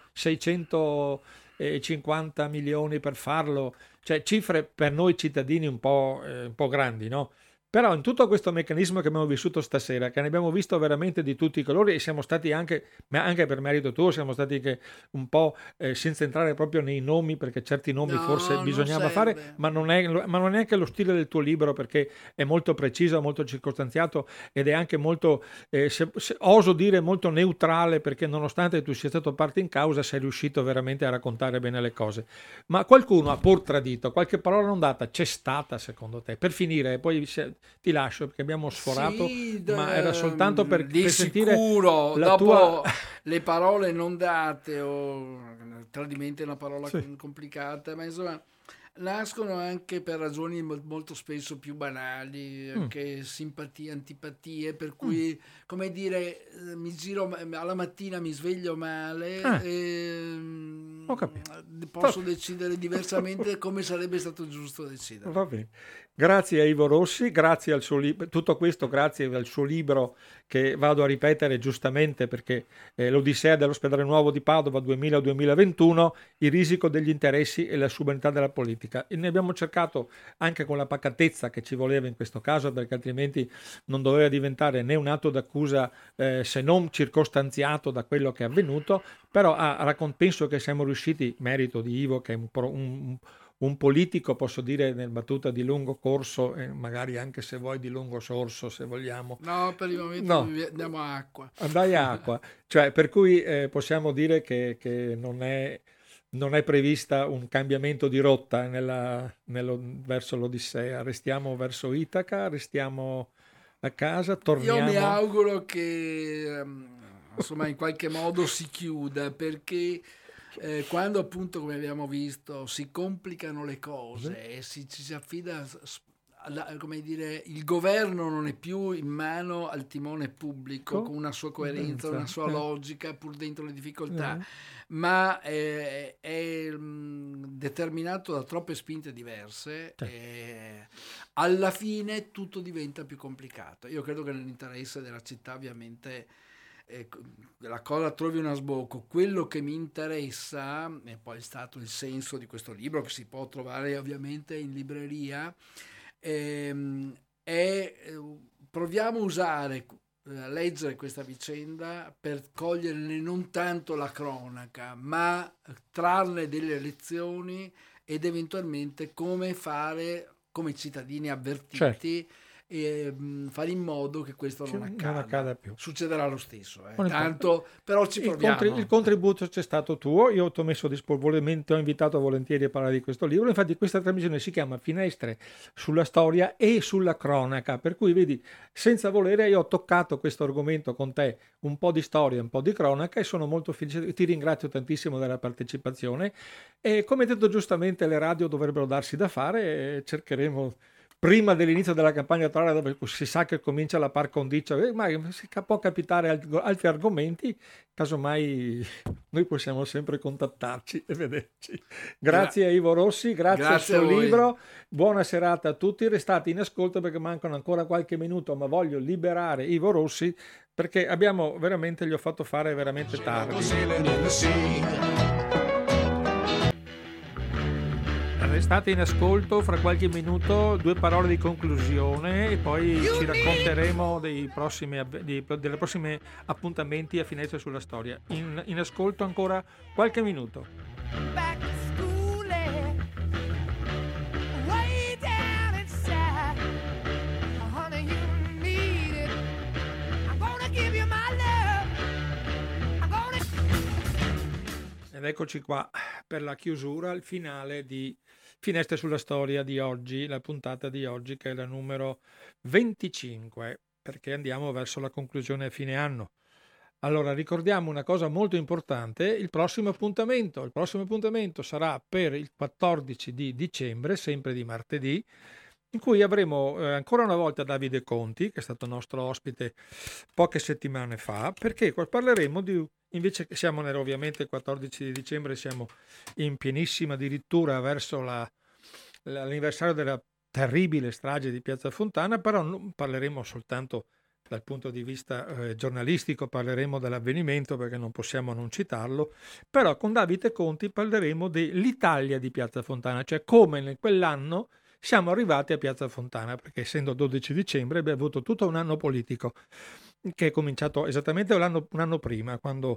seicentocinquanta milioni per farlo, cioè cifre per noi cittadini un po', eh, un po' grandi, no? Però in tutto questo meccanismo che abbiamo vissuto stasera, che ne abbiamo visto veramente di tutti i colori e siamo stati anche, ma anche per merito tuo, siamo stati che un po' eh, senza entrare proprio nei nomi, perché certi nomi no, forse bisognava fare, ma non, è, ma non è neanche lo stile del tuo libro, perché è molto preciso, molto circostanziato ed è anche molto, eh, se, se, oso dire, molto neutrale, perché nonostante tu sia stato parte in causa, sei riuscito veramente a raccontare bene le cose. Ma qualcuno ha pur tradito, qualche parola non data c'è stata secondo te? Per finire, poi... Se, ti lascio perché abbiamo sforato, sì, ma era soltanto per, di per sentire sicuro, la dopo tua... le parole non date o tradimento è una parola sì. complicata, ma insomma nascono anche per ragioni molto spesso più banali, mm. anche simpatie, antipatie, per cui mm. come dire mi giro alla mattina, mi sveglio male ah. e Ho capito. posso Va. decidere diversamente come sarebbe stato giusto decidere. Va bene. Grazie a Ivo Rossi, grazie al suo libro, tutto questo grazie al suo libro che vado a ripetere giustamente perché eh, l'Odissea dell'ospedale nuovo di Padova duemila duemilaventuno, il risico degli interessi e la subentità della politica. E ne abbiamo cercato anche con la pacatezza che ci voleva in questo caso, perché altrimenti non doveva diventare né un atto d'accusa eh, se non circostanziato da quello che è avvenuto, però a, a raccont- penso che siamo riusciti, merito di Ivo che è un, pro, un un politico, posso dire nel battuta di lungo corso e magari anche se vuoi di lungo sorso se vogliamo. No, per il momento no. andiamo a acqua. Andai a acqua, cioè per cui eh, possiamo dire che, che non, è, non è prevista un cambiamento di rotta nella, nello, verso l'Odissea, restiamo verso Itaca, restiamo a casa, torniamo... Io mi auguro che... Um... insomma in qualche modo si chiuda, perché eh, quando appunto, come abbiamo visto, si complicano le cose e si, ci si affida, alla- come dire, il governo non è più in mano al timone pubblico con una sua coerenza, una sua Eh, logica pur dentro le difficoltà, eh, ma è, è, mm, determinato da troppe spinte diverse cioè, e alla fine tutto diventa più complicato. Io credo che nell'interesse della città ovviamente eh, la cosa trovi una sbocco. Quello che mi interessa, e poi è stato il senso di questo libro che si può trovare ovviamente in libreria, ehm, è eh, proviamo a usare, a leggere questa vicenda per coglierne non tanto la cronaca, ma trarne delle lezioni ed eventualmente come fare come cittadini certo, avvertiti e mh, fare in modo che questo ci- non non accada. accada più. Succederà lo stesso, eh. Non importa. Tanto, però ci Il, contri- il proviamo. contributo c'è stato tuo, io ti ho messo disponibilmente, ti ho invitato volentieri a parlare di questo libro, infatti questa trasmissione si chiama Finestre sulla storia e sulla cronaca, per cui vedi, senza volere io ho toccato questo argomento con te, un po' di storia, un po' di cronaca e sono molto felice, ti ringrazio tantissimo della partecipazione e come detto giustamente le radio dovrebbero darsi da fare e cercheremo prima dell'inizio della campagna elettorale dove si sa che comincia la par condicio, eh, ma si ca- può capitare alt- altri argomenti, casomai noi possiamo sempre contattarci e vederci. Gra- Grazie a Ivo Rossi, grazie al grazie a suo voi. libro, buona serata a tutti, restate in ascolto perché mancano ancora qualche minuto, ma voglio liberare Ivo Rossi perché abbiamo veramente, gli ho fatto fare veramente tardi. Restate in ascolto, fra qualche minuto due parole di conclusione e poi ci racconteremo dei prossimi, avve- dei, delle prossime appuntamenti a Finestre sulla storia. In, in ascolto ancora qualche minuto. Back to school, eh, way down inside. Honey, you need it. I'm gonna give you my love. I'm gonna... Ed eccoci qua per la chiusura, il finale di Finestre sulla storia di oggi, la puntata di oggi che è la numero venticinque, perché andiamo verso la conclusione a fine anno. Allora ricordiamo una cosa molto importante, il prossimo appuntamento, il prossimo appuntamento sarà per il quattordici di dicembre, sempre di martedì, in cui avremo eh, ancora una volta Davide Conti, che è stato nostro ospite poche settimane fa, perché qua parleremo di, invece che siamo nel, ovviamente il quattordici di dicembre, siamo in pienissima addirittura verso la, l'anniversario della terribile strage di Piazza Fontana, però non parleremo soltanto dal punto di vista eh, giornalistico, parleremo dell'avvenimento perché non possiamo non citarlo, però con Davide Conti parleremo dell'Italia di Piazza Fontana, cioè come in quell'anno siamo arrivati a Piazza Fontana, perché essendo dodici dicembre abbiamo avuto tutto un anno politico che è cominciato esattamente un anno, un anno prima, quando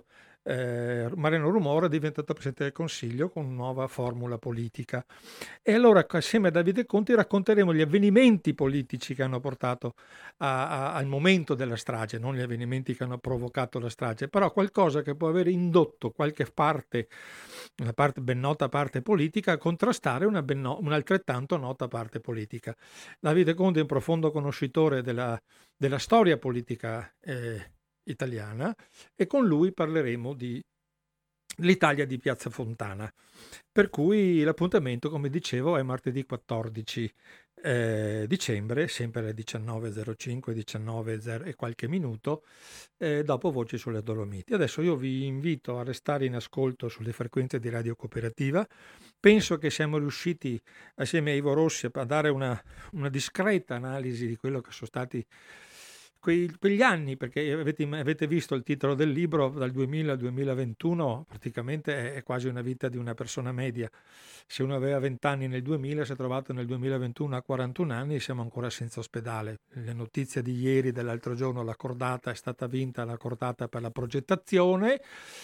eh, Mariano Rumore è diventato Presidente del Consiglio con nuova formula politica. E allora assieme a Davide Conti racconteremo gli avvenimenti politici che hanno portato a, a, al momento della strage, non gli avvenimenti che hanno provocato la strage, però qualcosa che può aver indotto qualche parte, una parte, ben nota parte politica, a contrastare una ben no, un'altrettanto nota parte politica. Davide Conti è un profondo conoscitore della, della storia politica eh, italiana e con lui parleremo di l'Italia di Piazza Fontana. Per cui l'appuntamento, come dicevo, è martedì quattordici eh, dicembre, sempre alle diciannove e zero cinque, diciannove e qualche minuto, eh, dopo Voci sulle Dolomiti. Adesso io vi invito a restare in ascolto sulle frequenze di Radio Cooperativa. Penso che siamo riusciti, assieme a Ivo Rossi, a dare una, una discreta analisi di quello che sono stati quei, quegli anni, perché avete, avete visto il titolo del libro, dal duemila al duemilaventuno, praticamente è, è quasi una vita di una persona media. Se uno aveva venti anni nel duemila, si è trovato nel duemilaventuno a quarantuno anni e siamo ancora senza ospedale. Le notizie di ieri, dell'altro giorno, la cordata è stata vinta, la cordata per la progettazione,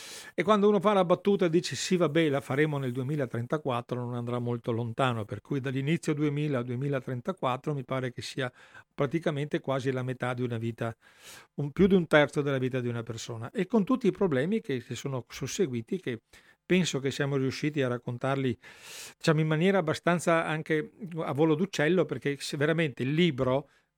e quando uno fa la battuta e dice sì vabbè la faremo nel duemilatrentaquattro, non andrà molto lontano, per cui dall'inizio duemila al duemilatrentaquattro mi pare che sia praticamente quasi la metà di una vita, un, più di un terzo della vita di una persona, e con tutti i problemi che si sono susseguiti, che penso che siamo riusciti a raccontarli, diciamo, in maniera abbastanza anche a volo d'uccello, perché veramente il libro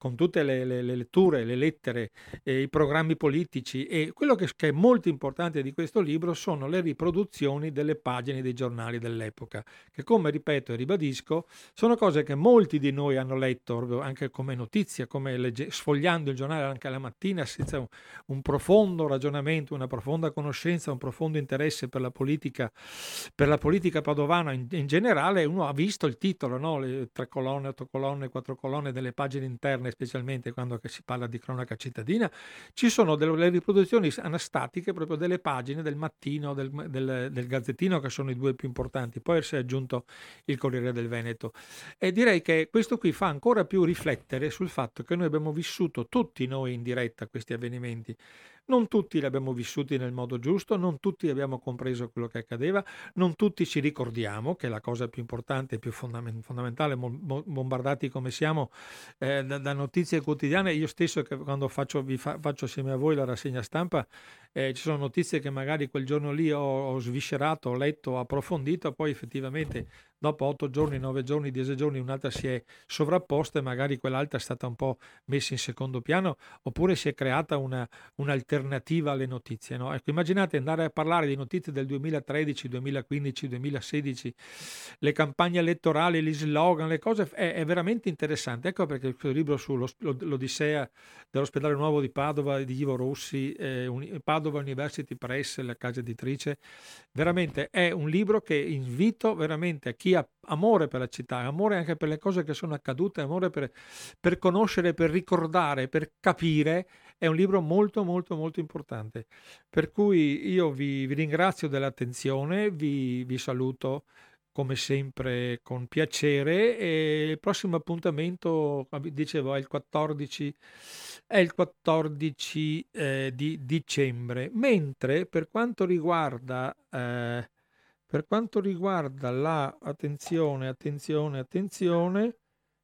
con tutte le, le, le letture, le lettere, eh, i programmi politici, e quello che, che è molto importante di questo libro sono le riproduzioni delle pagine dei giornali dell'epoca, che, come ripeto e ribadisco, sono cose che molti di noi hanno letto anche come notizia, come legge, sfogliando il giornale anche la mattina, senza un, un profondo ragionamento, una profonda conoscenza, un profondo interesse per la politica, per la politica padovana in, in generale. Uno ha visto il titolo, no? Le tre colonne, otto colonne, quattro colonne delle pagine interne, specialmente quando si parla di cronaca cittadina. Ci sono delle riproduzioni anastatiche proprio delle pagine del Mattino, del, del, del Gazzettino, che sono i due più importanti, poi si è aggiunto il Corriere del Veneto, e direi che questo qui fa ancora più riflettere sul fatto che noi abbiamo vissuto tutti noi in diretta questi avvenimenti. Non tutti li abbiamo vissuti nel modo giusto, non tutti abbiamo compreso quello che accadeva, non tutti ci ricordiamo, che è la cosa più importante e più fondamentale, bombardati come siamo eh, da, da notizie quotidiane. Io stesso, che quando faccio, vi fa, faccio assieme a voi la rassegna stampa, eh, ci sono notizie che magari quel giorno lì ho, ho sviscerato, ho letto, ho approfondito, poi effettivamente dopo otto giorni, nove giorni, dieci giorni un'altra si è sovrapposta e magari quell'altra è stata un po' messa in secondo piano, oppure si è creata una, un'alternativa alle notizie, no? Ecco, immaginate andare a parlare di notizie del duemilatredici, duemilaquindici, duemilasedici, le campagne elettorali, gli slogan, le cose, è, è veramente interessante. Ecco perché il libro sull'Odissea dell'ospedale nuovo di Padova di Ivo Rossi, eh, Padova University Press, la casa editrice, veramente è un libro che invito veramente a chi ha amore per la città, amore anche per le cose che sono accadute, amore per, per conoscere, per ricordare, per capire. È un libro molto molto molto importante, per cui io vi, vi ringrazio dell'attenzione, vi, vi saluto come sempre con piacere, e il prossimo appuntamento, dicevo, è il quattordici, è il quattordici eh, di dicembre, mentre per quanto riguarda eh, per quanto riguarda la attenzione attenzione attenzione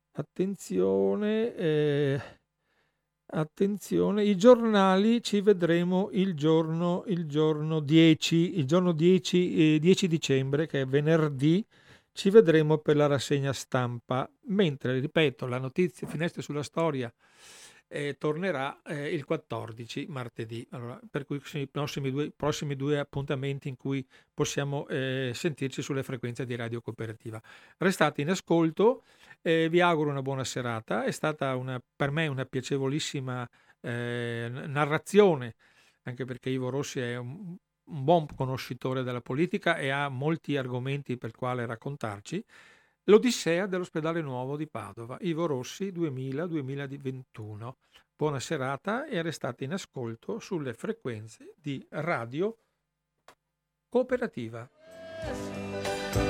attenzione eh, attenzione i giornali, ci vedremo il giorno il giorno dieci, il giorno dieci, eh, dieci dicembre, che è venerdì. Ci vedremo per la rassegna stampa, mentre, ripeto, la notizia Finestre sulla Storia eh, tornerà eh, il quattordici, martedì. Allora, per cui sono i prossimi due, prossimi due appuntamenti in cui possiamo eh, sentirci sulle frequenze di Radio Cooperativa. Restate in ascolto, eh, vi auguro una buona serata. È stata una, per me una piacevolissima eh, narrazione, anche perché Ivo Rossi è un, un buon conoscitore della politica e ha molti argomenti per quale raccontarci. L'Odissea dell'ospedale nuovo di Padova, Ivo Rossi duemila duemilaventuno. Buona serata e restate in ascolto sulle frequenze di Radio Cooperativa.